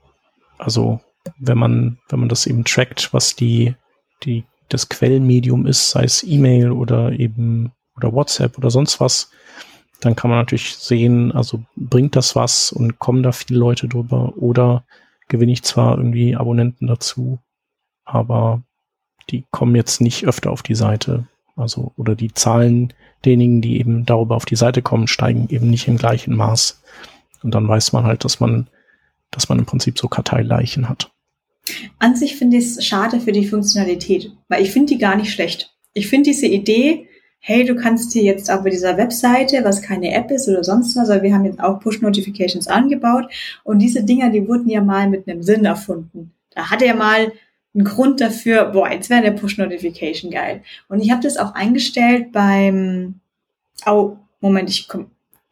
also wenn man, wenn man das eben trackt, was die, die, das Quellmedium ist, sei es E-Mail oder eben, oder WhatsApp oder sonst was, dann kann man natürlich sehen, also bringt das was und kommen da viele Leute drüber oder gewinne ich zwar irgendwie Abonnenten dazu, aber die kommen jetzt nicht öfter auf die Seite. Also, oder die Zahlen derjenigen, die eben darüber auf die Seite kommen, steigen eben nicht im gleichen Maß. Und dann weiß man halt, dass man, dass man im Prinzip so Karteileichen hat. An sich finde ich es schade für die Funktionalität, weil ich finde die gar nicht schlecht. Ich finde diese Idee, hey, du kannst dir jetzt auch bei dieser Webseite, was keine App ist oder sonst was, aber wir haben jetzt auch Push-Notifications angebaut und diese Dinger, die wurden ja mal mit einem Sinn erfunden. Da hat er mal einen Grund dafür, boah, jetzt wäre eine Push-Notification geil. Und ich habe das auch eingestellt beim, oh, Moment, ich komme,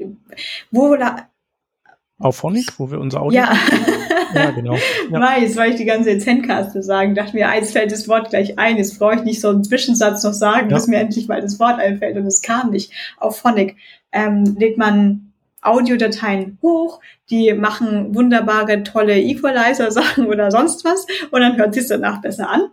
wo la, Auf Phonic, wo wir unser Audio... Ja, ja genau. Ja. Weiß, weil ich die ganze Zeit Zencaster sagen, dachte mir, eins fällt das Wort gleich ein, jetzt brauche ich nicht so einen Zwischensatz noch sagen, ja. bis mir endlich mal das Wort einfällt, und es kam nicht. Auf Phonic ähm, legt man Audiodateien hoch, die machen wunderbare, tolle Equalizer-Sachen oder sonst was, und dann hört sich es danach besser an.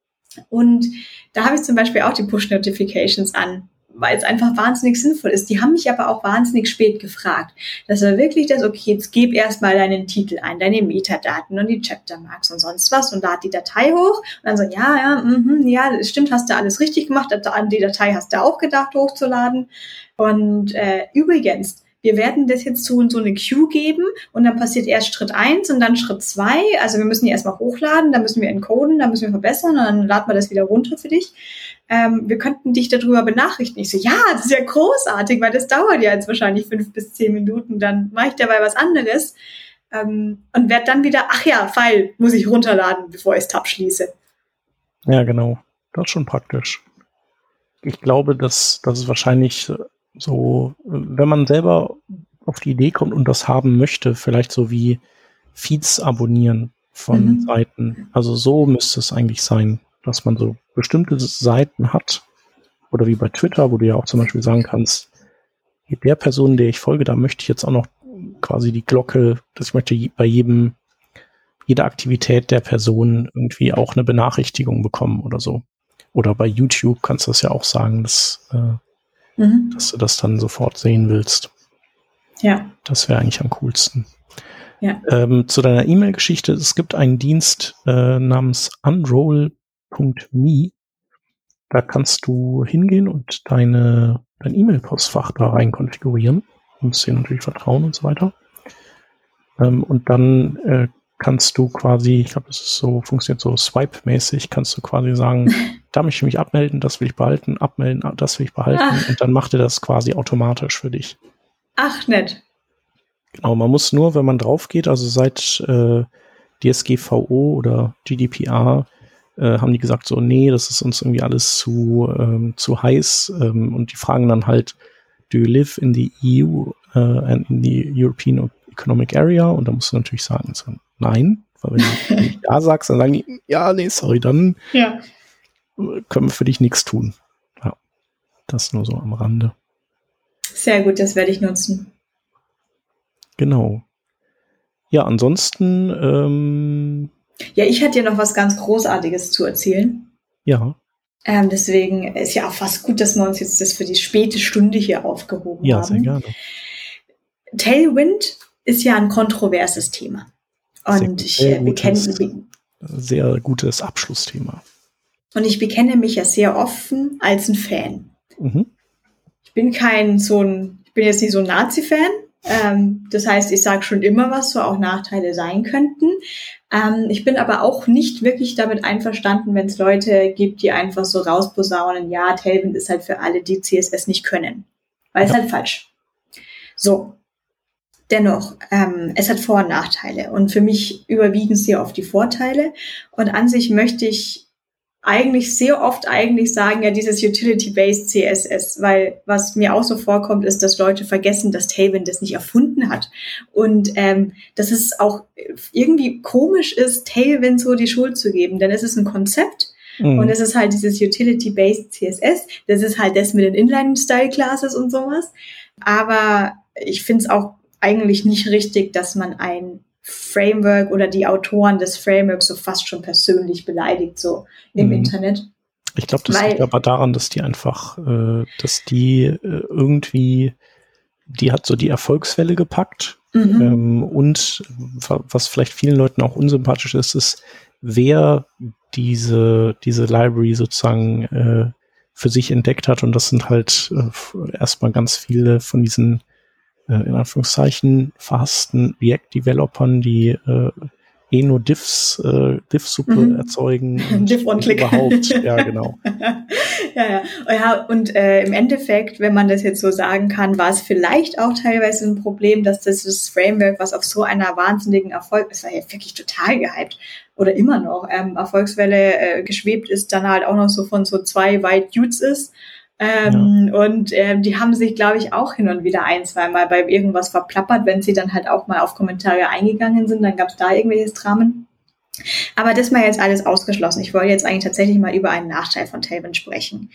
Und da habe ich zum Beispiel auch die Push-Notifications an, weil es einfach wahnsinnig sinnvoll ist. Die haben mich aber auch wahnsinnig spät gefragt. Das war wirklich das, okay, jetzt gib erstmal deinen Titel ein, deine Metadaten und die Chaptermarks und sonst was, und lad die Datei hoch und dann so, ja, ja, mh, ja, stimmt, hast du alles richtig gemacht, an die Datei hast du auch gedacht, hochzuladen. Und äh, übrigens, wir werden das jetzt so in so eine Queue geben, und dann passiert erst Schritt eins und dann Schritt zwei. Also wir müssen die erstmal hochladen, dann müssen wir encoden, dann müssen wir verbessern, und dann laden wir das wieder runter für dich. Ähm, wir könnten dich darüber benachrichtigen. Ich so, ja, das ist ja großartig, weil das dauert ja jetzt wahrscheinlich fünf bis zehn Minuten. Dann mache ich dabei was anderes ähm, und werde dann wieder, ach ja, File muss ich runterladen, bevor ich das Tab schließe. Ja, genau. Das ist schon praktisch. Ich glaube, dass das ist wahrscheinlich so, wenn man selber auf die Idee kommt und das haben möchte, vielleicht so wie Feeds abonnieren von mhm. Seiten. Also so müsste es eigentlich sein, dass man so bestimmte Seiten hat, oder wie bei Twitter, wo du ja auch zum Beispiel sagen kannst, der Person, der ich folge, da möchte ich jetzt auch noch quasi die Glocke, dass ich möchte bei jedem, jeder Aktivität der Person irgendwie auch eine Benachrichtigung bekommen oder so. Oder bei YouTube kannst du das ja auch sagen, dass äh, Mhm. dass du das dann sofort sehen willst. Ja. Das wäre eigentlich am coolsten. Ja. Ähm, zu deiner E-Mail-Geschichte, es gibt einen Dienst äh, namens unroll punkt me. Da kannst du hingehen und deine dein E-Mail-Postfach da rein konfigurieren. Du musst dir natürlich vertrauen und so weiter. Ähm, und dann äh, kannst du quasi, ich glaube, das ist so, funktioniert so Swipe-mäßig, kannst du quasi sagen, da möchte ich mich abmelden, das will ich behalten, abmelden, das will ich behalten. Ach. Und dann macht er das quasi automatisch für dich. Ach, nett. Genau, man muss nur, wenn man drauf geht, also seit äh, D S G V O oder G D P R äh, haben die gesagt so, nee, das ist uns irgendwie alles zu, ähm, zu heiß. Ähm, und die fragen dann halt, do you live in the E U uh, and in the European Economic Area? Und da musst du natürlich sagen, so, nein, weil wenn du nicht ja sagst, dann sagen die, ja, nee, sorry, dann ja. können wir für dich nichts tun. Ja, das nur so am Rande. Sehr gut, das werde ich nutzen. Genau. Ja, ansonsten ähm, ja, ich hatte ja noch was ganz Großartiges zu erzählen. Ja. Ähm, deswegen ist ja auch fast gut, dass wir uns jetzt das für die späte Stunde hier aufgehoben ja, haben. Ja, sehr gerne. Tailwind ist ja ein kontroverses Thema. Und sehr, ich sehr äh, bekenne gutes, sehr gutes Abschlussthema. Und ich bekenne mich ja sehr offen als ein Fan. Mhm. Ich bin kein so ein, ich bin jetzt nicht so ein Nazi-Fan. Ähm, das heißt, ich sage schon immer was, wo auch Nachteile sein könnten. Ähm, ich bin aber auch nicht wirklich damit einverstanden, wenn es Leute gibt, die einfach so rausposaunen, ja, Tailwind ist halt für alle, die C S S nicht können. Weil es ja. halt falsch. So. Dennoch, ähm, es hat Vor- und Nachteile. Und für mich überwiegen sehr oft die Vorteile. Und an sich möchte ich eigentlich sehr oft eigentlich sagen, ja, dieses Utility-Based C S S, weil was mir auch so vorkommt, ist, dass Leute vergessen, dass Tailwind das nicht erfunden hat. Und ähm, dass es auch irgendwie komisch ist, Tailwind so die Schuld zu geben, denn es ist ein Konzept mhm. und es ist halt dieses Utility-Based C S S, das ist halt das mit den Inline-Style-Classes und sowas. Aber ich finde es auch eigentlich nicht richtig, dass man ein Framework oder die Autoren des Frameworks so fast schon persönlich beleidigt, so im mhm. Internet. Ich glaube, das Weil, liegt aber daran, dass die einfach, äh, dass die äh, irgendwie, die hat so die Erfolgswelle gepackt mhm. ähm, und was vielleicht vielen Leuten auch unsympathisch ist, ist, wer diese, diese Library sozusagen äh, für sich entdeckt hat, und das sind halt äh, erstmal ganz viele von diesen in Anführungszeichen verhassten React-Developern, die äh, eh nur Diffs, äh, Diff-Suppe Mhm. erzeugen. Diff on Click. Überhaupt, ja, genau. ja, ja. Ja, und äh, im Endeffekt, wenn man das jetzt so sagen kann, war es vielleicht auch teilweise ein Problem, dass das, das Framework, was auf so einer wahnsinnigen Erfolg, es war ja wirklich total gehypt oder immer noch ähm, Erfolgswelle äh, geschwebt ist, dann halt auch noch so von so zwei White Dudes ist. Ähm, ja. Und ähm, die haben sich, glaube ich, auch hin und wieder ein, zwei Mal bei irgendwas verplappert, wenn sie dann halt auch mal auf Kommentare eingegangen sind, dann gab es da irgendwelches Dramen. Aber das mal jetzt alles ausgeschlossen. Ich wollte jetzt eigentlich tatsächlich mal über einen Nachteil von Tailwind sprechen.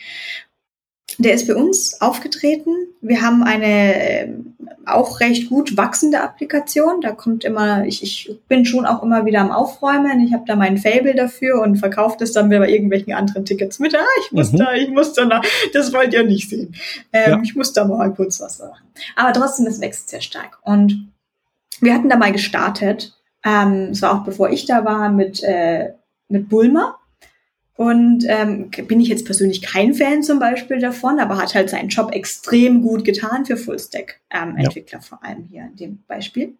Der ist bei uns aufgetreten. Wir haben eine äh, auch recht gut wachsende Applikation. Da kommt immer, ich, ich bin schon auch immer wieder am Aufräumen. Ich habe da mein Fable dafür und verkaufe das dann wieder bei irgendwelchen anderen Tickets mit. Ah, ich muss mhm. da, ich muss da, nach, das wollt ihr nicht sehen. Ähm, ja. Ich muss da mal kurz was machen. Aber trotzdem, das wächst sehr stark. Und wir hatten da mal gestartet. Ähm, es war auch bevor ich da war mit äh, mit Bulma. Und ähm, bin ich jetzt persönlich kein Fan zum Beispiel davon, aber hat halt seinen Job extrem gut getan für Fullstack-Entwickler, ähm, ja. vor allem hier in dem Beispiel.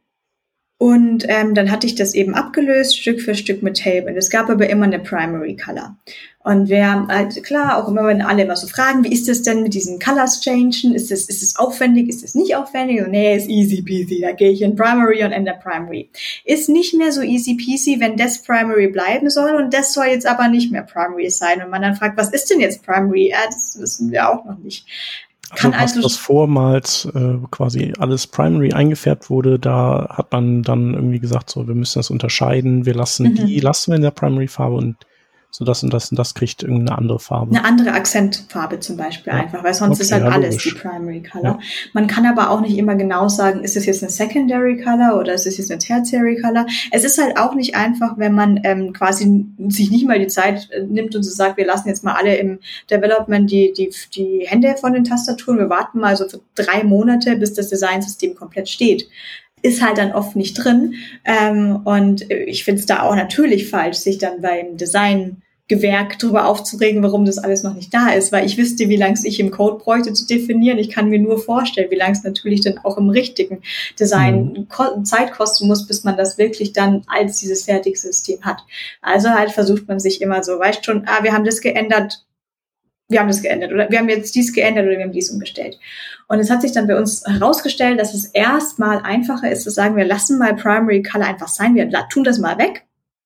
Und ähm, dann hatte ich das eben abgelöst, Stück für Stück mit Tailwind. Es gab aber immer eine Primary Color. Und wir haben halt, klar, auch immer, wenn alle immer so fragen, wie ist das denn mit diesen Colors changen? Ist das, ist das aufwendig? Ist das nicht aufwendig? Und nee, ist easy peasy. Da gehe ich in Primary und ändere Primary. Ist nicht mehr so easy peasy, wenn das Primary bleiben soll und das soll jetzt aber nicht mehr Primary sein. Und man dann fragt, was ist denn jetzt Primary? Ja, das wissen wir auch noch nicht. Kann also, also was vormals äh, quasi alles Primary eingefärbt wurde, da hat man dann irgendwie gesagt, so, wir müssen das unterscheiden, wir lassen mhm. die, lassen wir in der Primary-Farbe und so das und das und das kriegt irgendeine andere Farbe. Eine andere Akzentfarbe zum Beispiel ja. einfach, weil sonst okay, ist halt ja, alles logisch. Die Primary Color. Ja. Man kann aber auch nicht immer genau sagen, ist es jetzt eine Secondary Color oder ist es jetzt eine Tertiary Color. Es ist halt auch nicht einfach, wenn man ähm, quasi sich nicht mal die Zeit äh, nimmt und so sagt, wir lassen jetzt mal alle im Development die, die, die Hände von den Tastaturen, wir warten mal so für drei Monate, bis das Designsystem komplett steht. Ist halt dann oft nicht drin. Ähm, und ich finde es da auch natürlich falsch, sich dann beim Designgewerk drüber aufzuregen, warum das alles noch nicht da ist, weil ich wüsste, wie lange es ich im Code bräuchte zu definieren. Ich kann mir nur vorstellen, wie lange es natürlich dann auch im richtigen Design mhm. Zeit kosten muss, bis man das wirklich dann als dieses Fertigsystem hat. Also halt versucht man sich immer so, weißt schon, ah, wir haben das geändert, wir haben das geändert oder wir haben jetzt dies geändert oder wir haben dies umgestellt. Und es hat sich dann bei uns herausgestellt, dass es erstmal einfacher ist zu sagen, wir lassen mal Primary Color einfach sein, wir tun das mal weg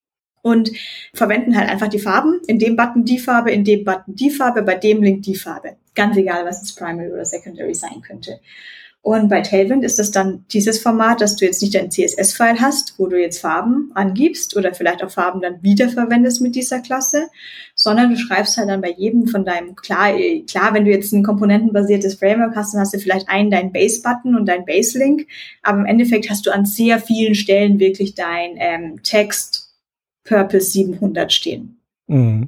und verwenden halt einfach die Farben. In dem Button die Farbe, in dem Button die Farbe, bei dem Link die Farbe. Ganz egal, was es Primary oder Secondary sein könnte. Und bei Tailwind ist das dann dieses Format, dass du jetzt nicht dein C S S-File hast, wo du jetzt Farben angibst oder vielleicht auch Farben dann wiederverwendest mit dieser Klasse, sondern du schreibst halt dann bei jedem von deinem, klar, klar, wenn du jetzt ein komponentenbasiertes Framework hast, dann hast du vielleicht einen deinen Base-Button und deinen Base-Link, aber im Endeffekt hast du an sehr vielen Stellen wirklich dein ähm, Text Purpose siebenhundert stehen. Mhm.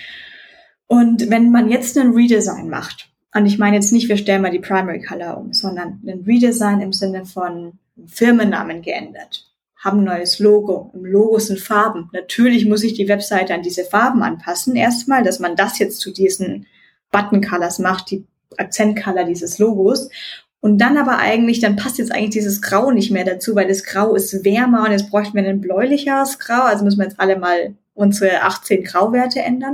Und wenn man jetzt einen Redesign macht, und ich meine jetzt nicht, wir stellen mal die Primary Color um, sondern ein Redesign im Sinne von Firmennamen geändert, haben ein neues Logo. Im Logo sind Farben. Natürlich muss ich die Webseite an diese Farben anpassen. Erstmal, dass man das jetzt zu diesen Button Colors macht, die Akzentcolor dieses Logos. Und dann aber eigentlich, dann passt jetzt eigentlich dieses Grau nicht mehr dazu, weil das Grau ist wärmer und jetzt bräuchten wir ein bläulicheres Grau. Also müssen wir jetzt alle mal unsere achtzehn Grauwerte ändern.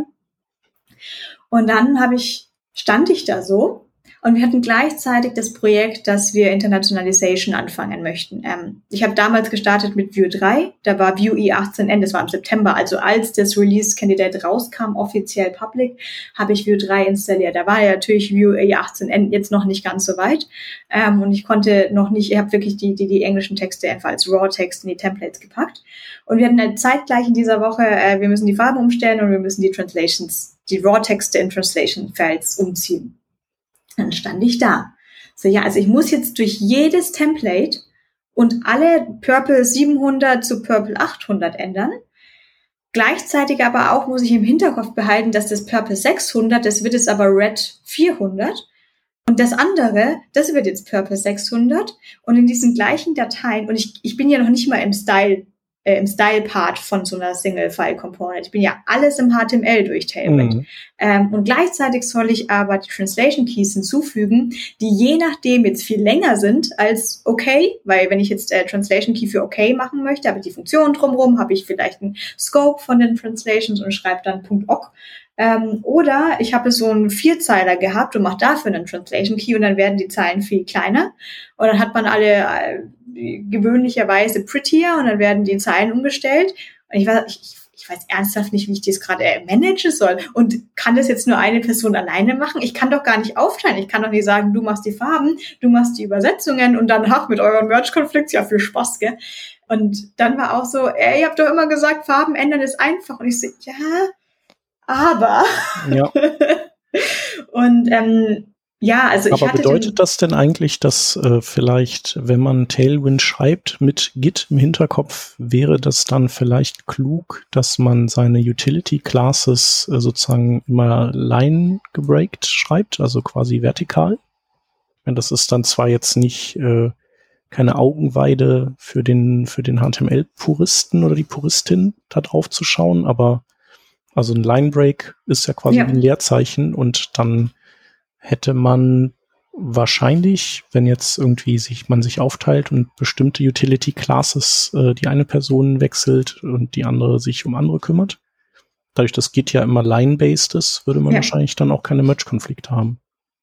Und dann habe ich stand ich da so und wir hatten gleichzeitig das Projekt, dass wir Internationalization anfangen möchten. Ähm, ich habe damals gestartet mit Vue drei, da war Vue i achtzehn N, das war im September, also als das Release-Candidate rauskam, offiziell public, habe ich Vue drei installiert. Da war ja natürlich Vue i achtzehn N jetzt noch nicht ganz so weit ähm, und ich konnte noch nicht, ich habe wirklich die, die, die englischen Texte einfach als Raw-Text in die Templates gepackt und wir hatten halt zeitgleich in dieser Woche, äh, wir müssen die Farben umstellen und wir müssen die Translations die Raw-Texte in Translation-Files umziehen. Dann stand ich da. So, ja, also ich muss jetzt durch jedes Template und alle Purple siebenhundert zu Purple achthundert ändern. Gleichzeitig aber auch muss ich im Hinterkopf behalten, dass das Purple sechshundert, das wird jetzt aber Red vierhundert. Und das andere, das wird jetzt Purple sechshundert. Und in diesen gleichen Dateien, und ich, ich bin ja noch nicht mal im Style äh, im Style-Part von so einer Single-File-Component. Ich bin ja alles im H T M L durch Tailwind. Mhm. Ähm, und gleichzeitig soll ich aber die Translation-Keys hinzufügen, die je nachdem jetzt viel länger sind als okay, weil wenn ich jetzt äh, Translation-Key für okay machen möchte, habe ich die Funktion drumherum, habe ich vielleicht einen Scope von den Translations und schreibe dann .oc. Ähm, oder ich habe so einen Vierzeiler gehabt und mache dafür einen Translation Key und dann werden die Zeilen viel kleiner. Und dann hat man alle äh, gewöhnlicherweise prettier und dann werden die Zeilen umgestellt. Und ich weiß, ich, ich weiß ernsthaft nicht, wie ich das gerade äh, managen soll. Und kann das jetzt nur eine Person alleine machen? Ich kann doch gar nicht aufteilen. Ich kann doch nicht sagen, du machst die Farben, du machst die Übersetzungen und dann habt mit euren Merge-Konflikts ja viel Spaß, gell? Und dann war auch so, ey, ihr habt doch immer gesagt, Farben ändern ist einfach. Und ich so, ja... Aber ja. und ähm, ja, also Aber ich hatte bedeutet den, das denn eigentlich, dass äh, vielleicht, wenn man Tailwind schreibt mit Git im Hinterkopf, wäre das dann vielleicht klug, dass man seine Utility Classes äh, sozusagen immer line gebreakt schreibt, also quasi vertikal? Und das ist dann zwar jetzt nicht äh, keine Augenweide für den für den H T M L-Puristen oder die Puristin, da drauf zu schauen, aber also ein Line-Break ist ja quasi ja. ein Leerzeichen und dann hätte man wahrscheinlich, wenn jetzt irgendwie sich man sich aufteilt und bestimmte Utility-Classes äh, die eine Person wechselt und die andere sich um andere kümmert, dadurch, dass Git ja immer line-based ist, würde man ja. wahrscheinlich dann auch keine Merge-Konflikte haben.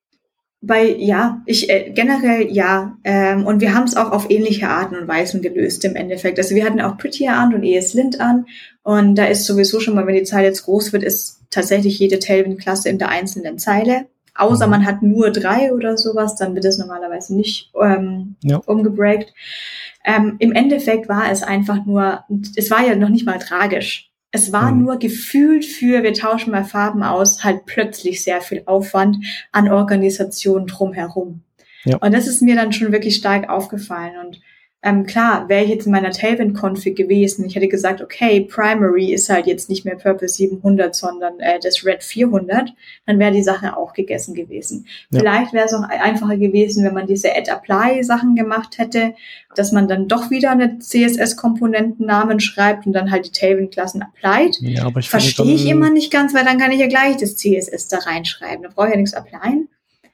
Bei, ja, ich äh, generell ja. Ähm, und wir haben es auch auf ähnliche Arten und Weisen gelöst im Endeffekt. Also wir hatten auch Prettier an und ESLint an. Und da ist sowieso schon mal, wenn die Zeile jetzt groß wird, ist tatsächlich jede Tailwind-Klasse in der einzelnen Zeile. Außer mhm. man hat nur drei oder sowas, dann wird es normalerweise nicht ähm, ja. umgebreakt. Ähm, Im Endeffekt war es einfach nur, es war ja noch nicht mal tragisch. Es war mhm. nur gefühlt für, wir tauschen mal Farben aus, halt plötzlich sehr viel Aufwand an Organisation drumherum. Ja. Und das ist mir dann schon wirklich stark aufgefallen. Und ähm, klar, wäre ich jetzt in meiner Tailwind-Config gewesen, ich hätte gesagt, okay, Primary ist halt jetzt nicht mehr Purple siebenhundert, sondern äh, das Red vierhundert, dann wäre die Sache auch gegessen gewesen. Ja. Vielleicht wäre es auch einfacher gewesen, wenn man diese Add-Apply-Sachen gemacht hätte, dass man dann doch wieder eine C S S-Komponentennamen schreibt und dann halt die Tailwind-Klassen applied. Ja, aber ich Verstehe ich immer nicht ganz, weil dann kann ich ja gleich das C S S da reinschreiben. Da brauche ich ja nichts applyen.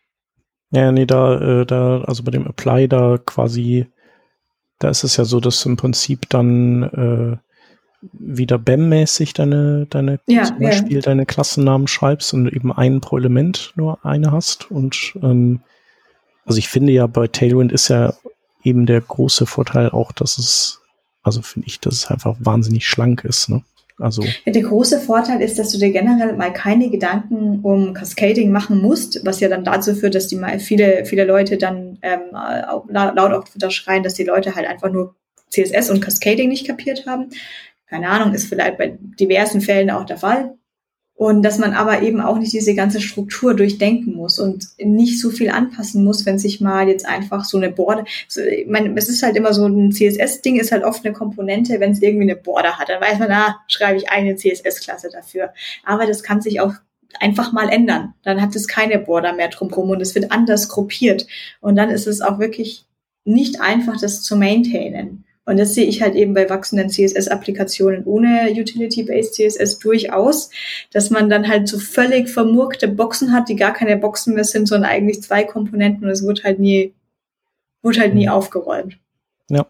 Ja, nee, da, äh, da, also bei dem Apply da quasi, da ist es ja so, dass du im Prinzip dann äh, wieder B A M-mäßig deine, deine ja, zum Beispiel ja. deine Klassennamen schreibst und eben ein pro Element nur eine hast. Und ähm, also ich finde ja, bei Tailwind ist ja eben der große Vorteil auch, dass es, also finde ich, dass es einfach wahnsinnig schlank ist, ne? Also ja, der große Vorteil ist, dass du dir generell mal keine Gedanken um Cascading machen musst, was ja dann dazu führt, dass die mal viele viele Leute dann ähm, laut auf Twitter schreien, dass die Leute halt einfach nur C S S und Cascading nicht kapiert haben. Keine Ahnung, ist vielleicht bei diversen Fällen auch der Fall. Und dass man aber eben auch nicht diese ganze Struktur durchdenken muss und nicht so viel anpassen muss, wenn sich mal jetzt einfach so eine Border, so, ich meine, es ist halt immer so ein C S S-Ding, ist halt oft eine Komponente, wenn es irgendwie eine Border hat, dann weiß man, ah, schreibe ich eine C S S-Klasse dafür. Aber das kann sich auch einfach mal ändern. Dann hat es keine Border mehr drumherum und es wird anders gruppiert. Und dann ist es auch wirklich nicht einfach, das zu maintainen. Und das sehe ich halt eben bei wachsenden C S S-Applikationen ohne Utility-Based C S S durchaus, dass man dann halt so völlig vermurkte Boxen hat, die gar keine Boxen mehr sind, sondern eigentlich zwei Komponenten und es wird halt nie, wird halt nie aufgeräumt. Ja.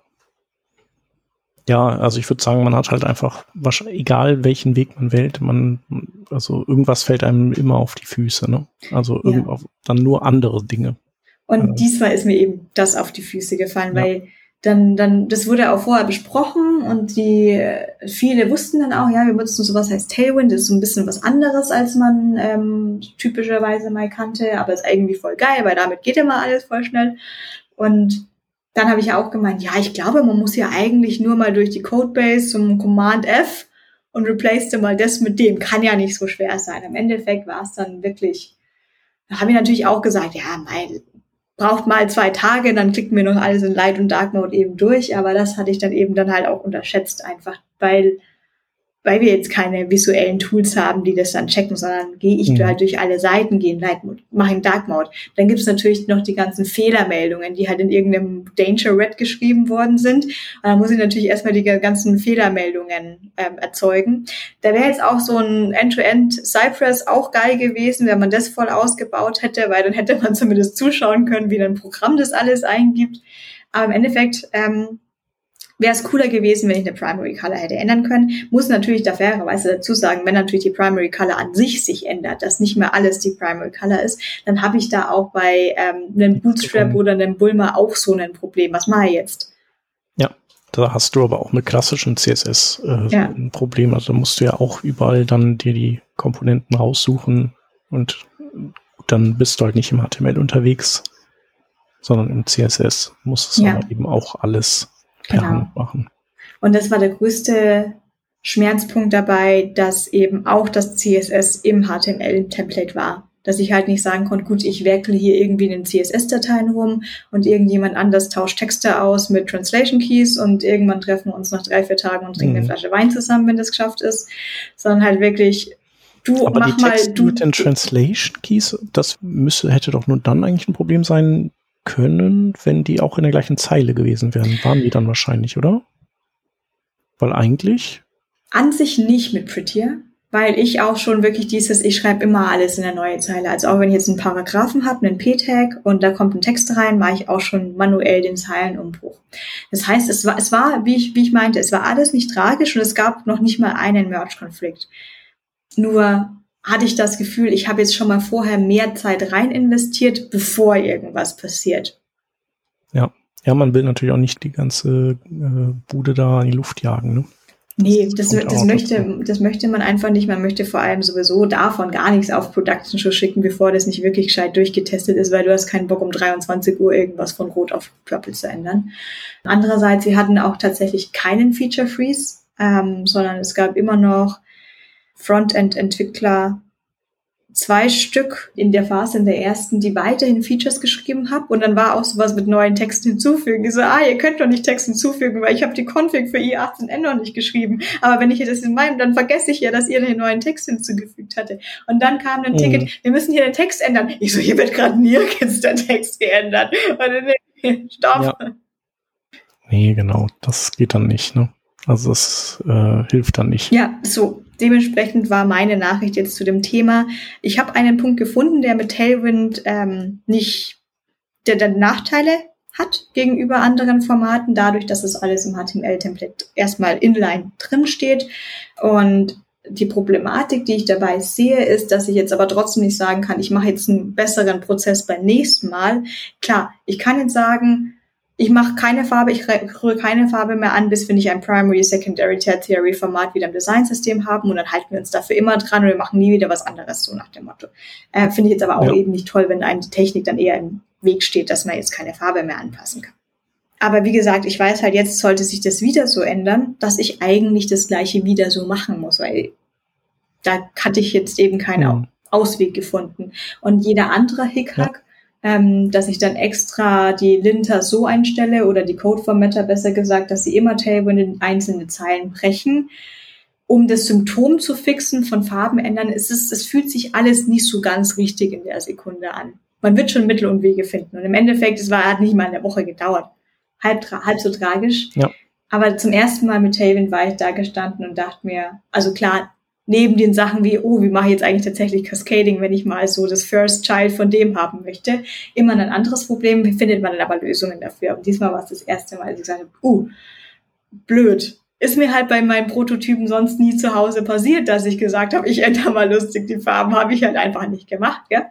Ja, also ich würde sagen, man hat halt einfach, egal welchen Weg man wählt, man, also irgendwas fällt einem immer auf die Füße, ne? Also ja. auf, dann nur andere Dinge. Und äh, diesmal ist mir eben das auf die Füße gefallen, ja. weil Dann, dann, das wurde auch vorher besprochen und die, viele wussten dann auch, ja, wir benutzen sowas heißt Tailwind, das ist so ein bisschen was anderes, als man ähm, typischerweise mal kannte, aber ist irgendwie voll geil, weil damit geht immer alles voll schnell. Und dann habe ich ja auch gemeint, ja, ich glaube, man muss ja eigentlich nur mal durch die Codebase zum Command F und replace mal das mit dem. Kann ja nicht so schwer sein. Im Endeffekt war es dann wirklich, da habe ich natürlich auch gesagt, ja, mein, braucht mal zwei Tage, dann klicken wir noch alles in Light und Dark Mode eben durch, aber das hatte ich dann eben dann halt auch unterschätzt einfach, weil weil wir jetzt keine visuellen Tools haben, die das dann checken, sondern gehe ich mhm. halt durch alle Seiten, gehe in Light Mode, mache in Dark Mode. Dann gibt es natürlich noch die ganzen Fehlermeldungen, die halt in irgendeinem Danger Red geschrieben worden sind. Und dann muss ich natürlich erstmal die ganzen Fehlermeldungen ähm, erzeugen. Da wäre jetzt auch so ein End-to-End Cypress auch geil gewesen, wenn man das voll ausgebaut hätte, weil dann hätte man zumindest zuschauen können, wie ein Programm das alles eingibt. Aber im Endeffekt ähm, wäre es cooler gewesen, wenn ich eine Primary Color hätte ändern können. Muss natürlich da fairerweise dazu sagen, wenn natürlich die Primary Color an sich sich ändert, dass nicht mehr alles die Primary Color ist, dann habe ich da auch bei ähm, einem Bootstrap oder einem Bulma auch so ein Problem. Was mache ich jetzt? Ja, da hast du aber auch mit klassischen C S S äh, ja. ein Problem. Also da musst du ja auch überall dann dir die Komponenten raussuchen und dann bist du halt nicht im H T M L unterwegs, sondern im C S S musst du es ja. aber eben auch alles per genau. Hand machen. Und das war der größte Schmerzpunkt dabei, dass eben auch das C S S im H T M L-Template war. Dass ich halt nicht sagen konnte, gut, ich werkle hier irgendwie in den C S S-Dateien rum und irgendjemand anders tauscht Texte aus mit Translation Keys und irgendwann treffen wir uns nach drei, vier Tagen und trinken mhm. eine Flasche Wein zusammen, wenn das geschafft ist. Sondern halt wirklich, du Aber mach die mal... Texte du mit den Translation Keys, das müsste, hätte doch nur dann eigentlich ein Problem sein können, wenn die auch in der gleichen Zeile gewesen wären. Waren die dann wahrscheinlich, oder? Weil eigentlich... An sich nicht mit Prettier, weil ich auch schon wirklich dieses, ich schreibe immer alles in eine neue Zeile. Also auch wenn ich jetzt einen Paragraphen habe, einen P-Tag und da kommt ein Text rein, mache ich auch schon manuell den Zeilenumbruch. Das heißt, es war, es war, wie ich, wie ich meinte, es war alles nicht tragisch und es gab noch nicht mal einen Merge-Konflikt. Nur hatte ich das Gefühl, ich habe jetzt schon mal vorher mehr Zeit rein investiert, bevor irgendwas passiert. Ja, ja, man will natürlich auch nicht die ganze äh, Bude da in die Luft jagen, ne? Nee, das, das, das, möchte, das möchte man einfach nicht. Man möchte vor allem sowieso davon gar nichts auf Production Show schicken, bevor das nicht wirklich gescheit durchgetestet ist, weil du hast keinen Bock, um dreiundzwanzig Uhr irgendwas von Rot auf Purple zu ändern. Andererseits, wir hatten auch tatsächlich keinen Feature Freeze, ähm, sondern es gab immer noch Frontend-Entwickler, zwei Stück in der Phase, in der ersten, die weiterhin Features geschrieben haben. Und dann war auch sowas mit neuen Texten hinzufügen. Ich so, ah, ihr könnt doch nicht Text hinzufügen, weil ich habe die Config für I achtzehn N noch nicht geschrieben. Aber wenn ich das in meinem, dann vergesse ich ja, dass ihr den neuen Text hinzugefügt hatte. Und dann kam ein mhm. Ticket, wir müssen hier den Text ändern. Ich so, hier wird gerade nirgends der Text geändert. Und dann, nee, stopp. Ja. Nee, genau, das geht dann nicht, ne? Also das äh, hilft dann nicht. Ja, so. Dementsprechend war meine Nachricht jetzt zu dem Thema. Ich habe einen Punkt gefunden, der mit Tailwind ähm, nicht, der dann Nachteile hat gegenüber anderen Formaten, dadurch, dass es alles im H T M L-Template erstmal inline drin steht. Und die Problematik, die ich dabei sehe, ist, dass ich jetzt aber trotzdem nicht sagen kann, ich mache jetzt einen besseren Prozess beim nächsten Mal. Klar, ich kann jetzt sagen, ich mache keine Farbe, ich rühre keine Farbe mehr an, bis wir nicht ein Primary, Secondary, Tertiary Format wieder im Designsystem haben und dann halten wir uns dafür immer dran und wir machen nie wieder was anderes, so nach dem Motto. Äh, finde ich jetzt aber auch ja. eben nicht toll, wenn eine Technik dann eher im Weg steht, dass man jetzt keine Farbe mehr anpassen kann. Aber wie gesagt, ich weiß halt, jetzt sollte sich das wieder so ändern, dass ich eigentlich das Gleiche wieder so machen muss, weil da hatte ich jetzt eben keinen ja. Ausweg gefunden. Und jeder andere Hickhack, ja. ähm, dass ich dann extra die Linter so einstelle oder die Code-Formatter besser gesagt, dass sie immer Tailwind in einzelne Zeilen brechen, um das Symptom zu fixen von Farben ändern, ist es, es fühlt sich alles nicht so ganz richtig in der Sekunde an. Man wird schon Mittel und Wege finden. Und im Endeffekt, es war, hat nicht mal eine Woche gedauert. Halb, tra- halb so tragisch. Ja. Aber zum ersten Mal mit Tailwind war ich da gestanden und dachte mir, also klar, neben den Sachen wie, oh, wie mache ich jetzt eigentlich tatsächlich Cascading, wenn ich mal so das First Child von dem haben möchte, immer ein anderes Problem, findet man dann aber Lösungen dafür. Und diesmal war es das erste Mal, als ich gesagt habe, uh, blöd. Ist mir halt bei meinen Prototypen sonst nie zu Hause passiert, dass ich gesagt habe, ich ändere mal lustig die Farben, habe ich halt einfach nicht gemacht, gell?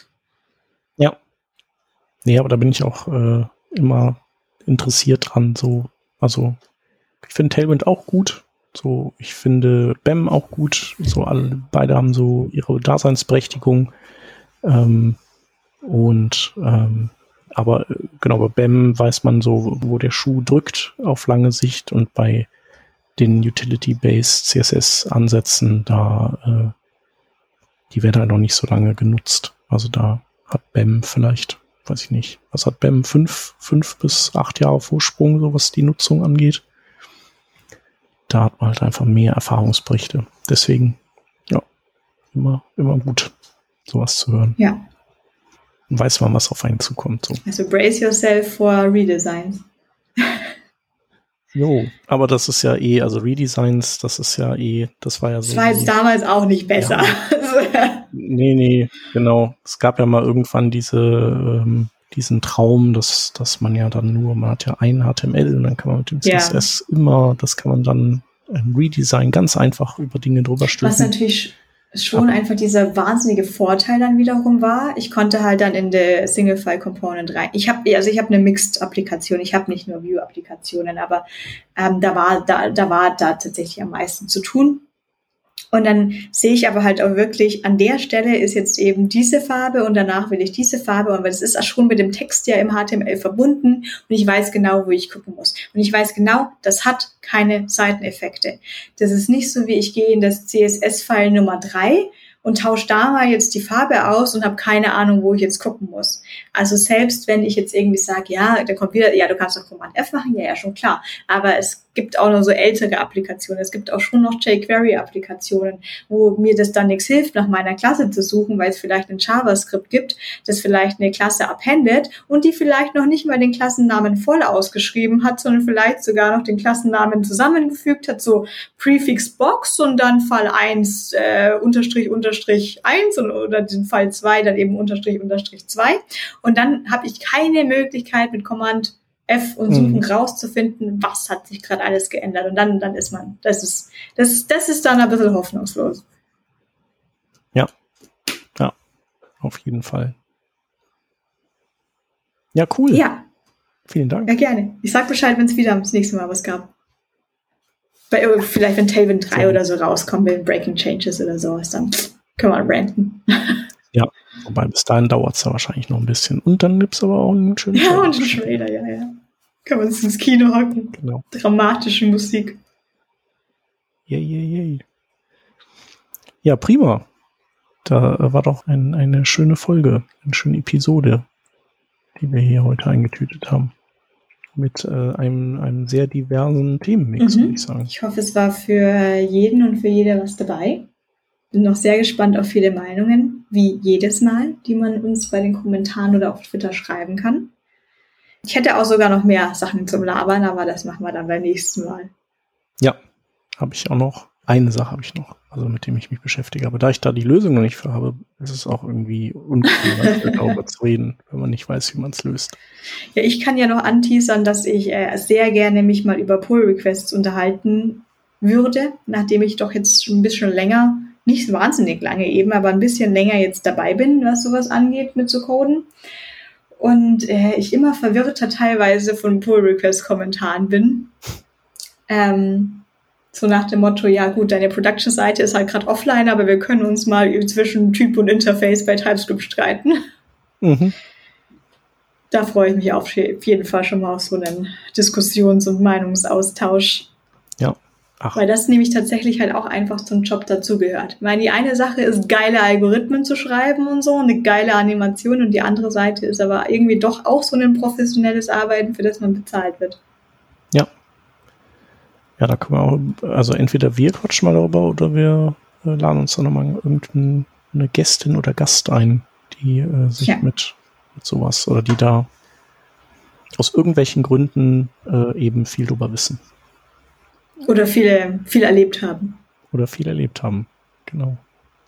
Ja. Nee, aber da bin ich auch äh, immer interessiert dran, so, also ich finde Tailwind auch gut, so, ich finde B E M auch gut, so alle, beide haben so ihre Daseinsberechtigung, ähm, und, ähm, aber genau, bei B E M weiß man so, wo der Schuh drückt auf lange Sicht und bei den Utility-Based C S S-Ansätzen, da, äh, die werden halt noch nicht so lange genutzt, also da hat B E M vielleicht, weiß ich nicht, was hat B E M, fünf, fünf bis acht Jahre Vorsprung, so was die Nutzung angeht. da hat man halt einfach mehr Erfahrungsberichte. Deswegen, ja, immer, immer gut, sowas zu hören. Ja. Und weiß man, was auf einen zukommt. So. Also brace yourself for Redesigns. Jo, aber das ist ja eh, also Redesigns, das ist ja eh, das war ja so. Das war jetzt damals auch nicht besser. Ja. nee, nee, genau. Es gab ja mal irgendwann diese, ähm, diesen Traum, dass, dass man ja dann nur, man hat ja ein H T M L und dann kann man mit dem C S S ja. immer, das kann man dann ein Redesign ganz einfach über Dinge drüber stülpen. Was natürlich schon einfach dieser wahnsinnige Vorteil dann wiederum war. Ich konnte halt dann in der Single-File-Component rein. Ich habe also ich habe eine Mixed-Applikation. Ich habe nicht nur View-Applikationen, aber ähm, da war da da war da tatsächlich am meisten zu tun. Und dann sehe ich aber halt auch wirklich, an der Stelle ist jetzt eben diese Farbe und danach will ich diese Farbe. Und das ist auch schon mit dem Text ja im H T M L verbunden. Und ich weiß genau, wo ich gucken muss. Und ich weiß genau, das hat keine Seiteneffekte. Das ist nicht so, wie ich gehe in das C S S-File Nummer drei und tausche da mal jetzt die Farbe aus und habe keine Ahnung, wo ich jetzt gucken muss. Also selbst wenn ich jetzt irgendwie sage, ja, da kommt wieder, ja, du kannst doch Command F machen, ja, ja, schon klar. Aber es gibt auch noch so ältere Applikationen. Es gibt auch schon noch jQuery-Applikationen, wo mir das dann nichts hilft, nach meiner Klasse zu suchen, weil es vielleicht ein JavaScript gibt, das vielleicht eine Klasse appended und die vielleicht noch nicht mal den Klassennamen voll ausgeschrieben hat, sondern vielleicht sogar noch den Klassennamen zusammengefügt hat, so Prefix Box und dann Fall eins, äh, Unterstrich, Unterstrich eins und, oder den Fall zwei, dann eben Unterstrich, Unterstrich zwei. Und dann habe ich keine Möglichkeit mit Command F und Suchen mhm. rauszufinden, was hat sich gerade alles geändert. Und dann, dann ist man, das ist, das, das ist dann ein bisschen hoffnungslos. Ja, ja, auf jeden Fall. Ja, cool. Ja. Vielen Dank. Ja, gerne. Ich sag Bescheid, wenn es wieder das nächste Mal was gab. Bei, vielleicht wenn Tailwind drei so. oder so rauskommt, wenn Breaking Changes oder sowas, dann können wir ranten. Ja, wobei bis dahin dauert es ja wahrscheinlich noch ein bisschen. Und dann gibt es aber auch einen schönen Ja, und einen Trailer, ja, ja. Kann man uns ins Kino hocken. Genau. Dramatische Musik. Yay, yay, yay. Ja, prima. Da war doch ein, eine schöne Folge, eine schöne Episode, die wir hier heute eingetütet haben. Mit äh, einem, einem sehr diversen Themenmix, mhm. würde ich sagen. Ich hoffe, es war für jeden und für jede was dabei. Bin noch sehr gespannt auf viele Meinungen, wie jedes Mal, die man uns bei den Kommentaren oder auf Twitter schreiben kann. Ich hätte auch sogar noch mehr Sachen zum Labern, aber das machen wir dann beim nächsten Mal. Ja, habe ich auch noch. Eine Sache habe ich noch, also mit dem ich mich beschäftige. Aber da ich da die Lösung noch nicht für habe, ist es auch irgendwie uncool, darüber zu reden, wenn man nicht weiß, wie man es löst. Ja, ich kann ja noch anteasern, dass ich äh, sehr gerne mich mal über Pull-Requests unterhalten würde, nachdem ich doch jetzt schon ein bisschen länger, nicht wahnsinnig lange eben, aber ein bisschen länger jetzt dabei bin, was sowas angeht mit zu coden. Und äh, ich immer verwirrter teilweise von Pull-Request-Kommentaren bin. Ähm, so nach dem Motto, ja gut, deine Production-Seite ist halt gerade offline, aber wir können uns mal zwischen Typ und Interface bei TypeScript streiten. Mhm. Da freue ich mich auf jeden Fall schon mal auf so einen Diskussions- und Meinungsaustausch. Ja. Ach. Weil das nämlich tatsächlich halt auch einfach zum Job dazugehört. Ich meine, die eine Sache ist, geile Algorithmen zu schreiben und so, eine geile Animation, und die andere Seite ist aber irgendwie doch auch so ein professionelles Arbeiten, für das man bezahlt wird. Ja. Ja, da können wir auch, also entweder wir quatschen mal darüber oder wir äh, laden uns dann nochmal irgendeine Gästin oder Gast ein, die äh, sich ja. mit, mit sowas oder die da aus irgendwelchen Gründen äh, eben viel drüber wissen. Oder viele, viel erlebt haben. Oder viel erlebt haben, genau.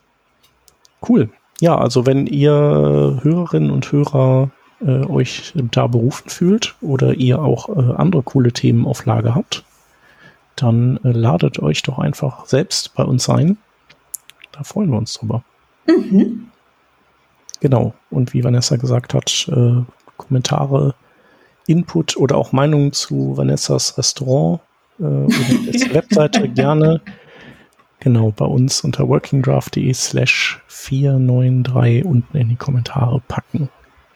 Cool. Ja, also wenn ihr Hörerinnen und Hörer äh, euch da berufen fühlt oder ihr auch äh, andere coole Themen auf Lager habt, dann äh, ladet euch doch einfach selbst bei uns ein. Da freuen wir uns drüber. Mhm. Genau. Und wie Vanessa gesagt hat, äh, Kommentare, Input oder auch Meinungen zu Vanessas Restaurant äh, oder der Webseite gerne. Genau, bei uns unter workingdraft.de slash vier neun drei unten in die Kommentare packen.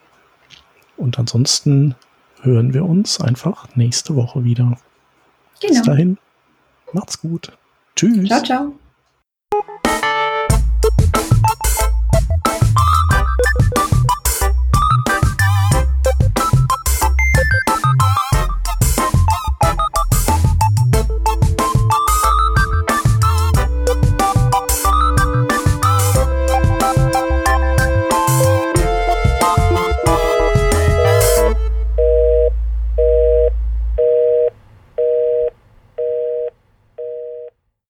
Und ansonsten hören wir uns einfach nächste Woche wieder. Genau. Bis dahin, macht's gut. Tschüss. Ciao, ciao.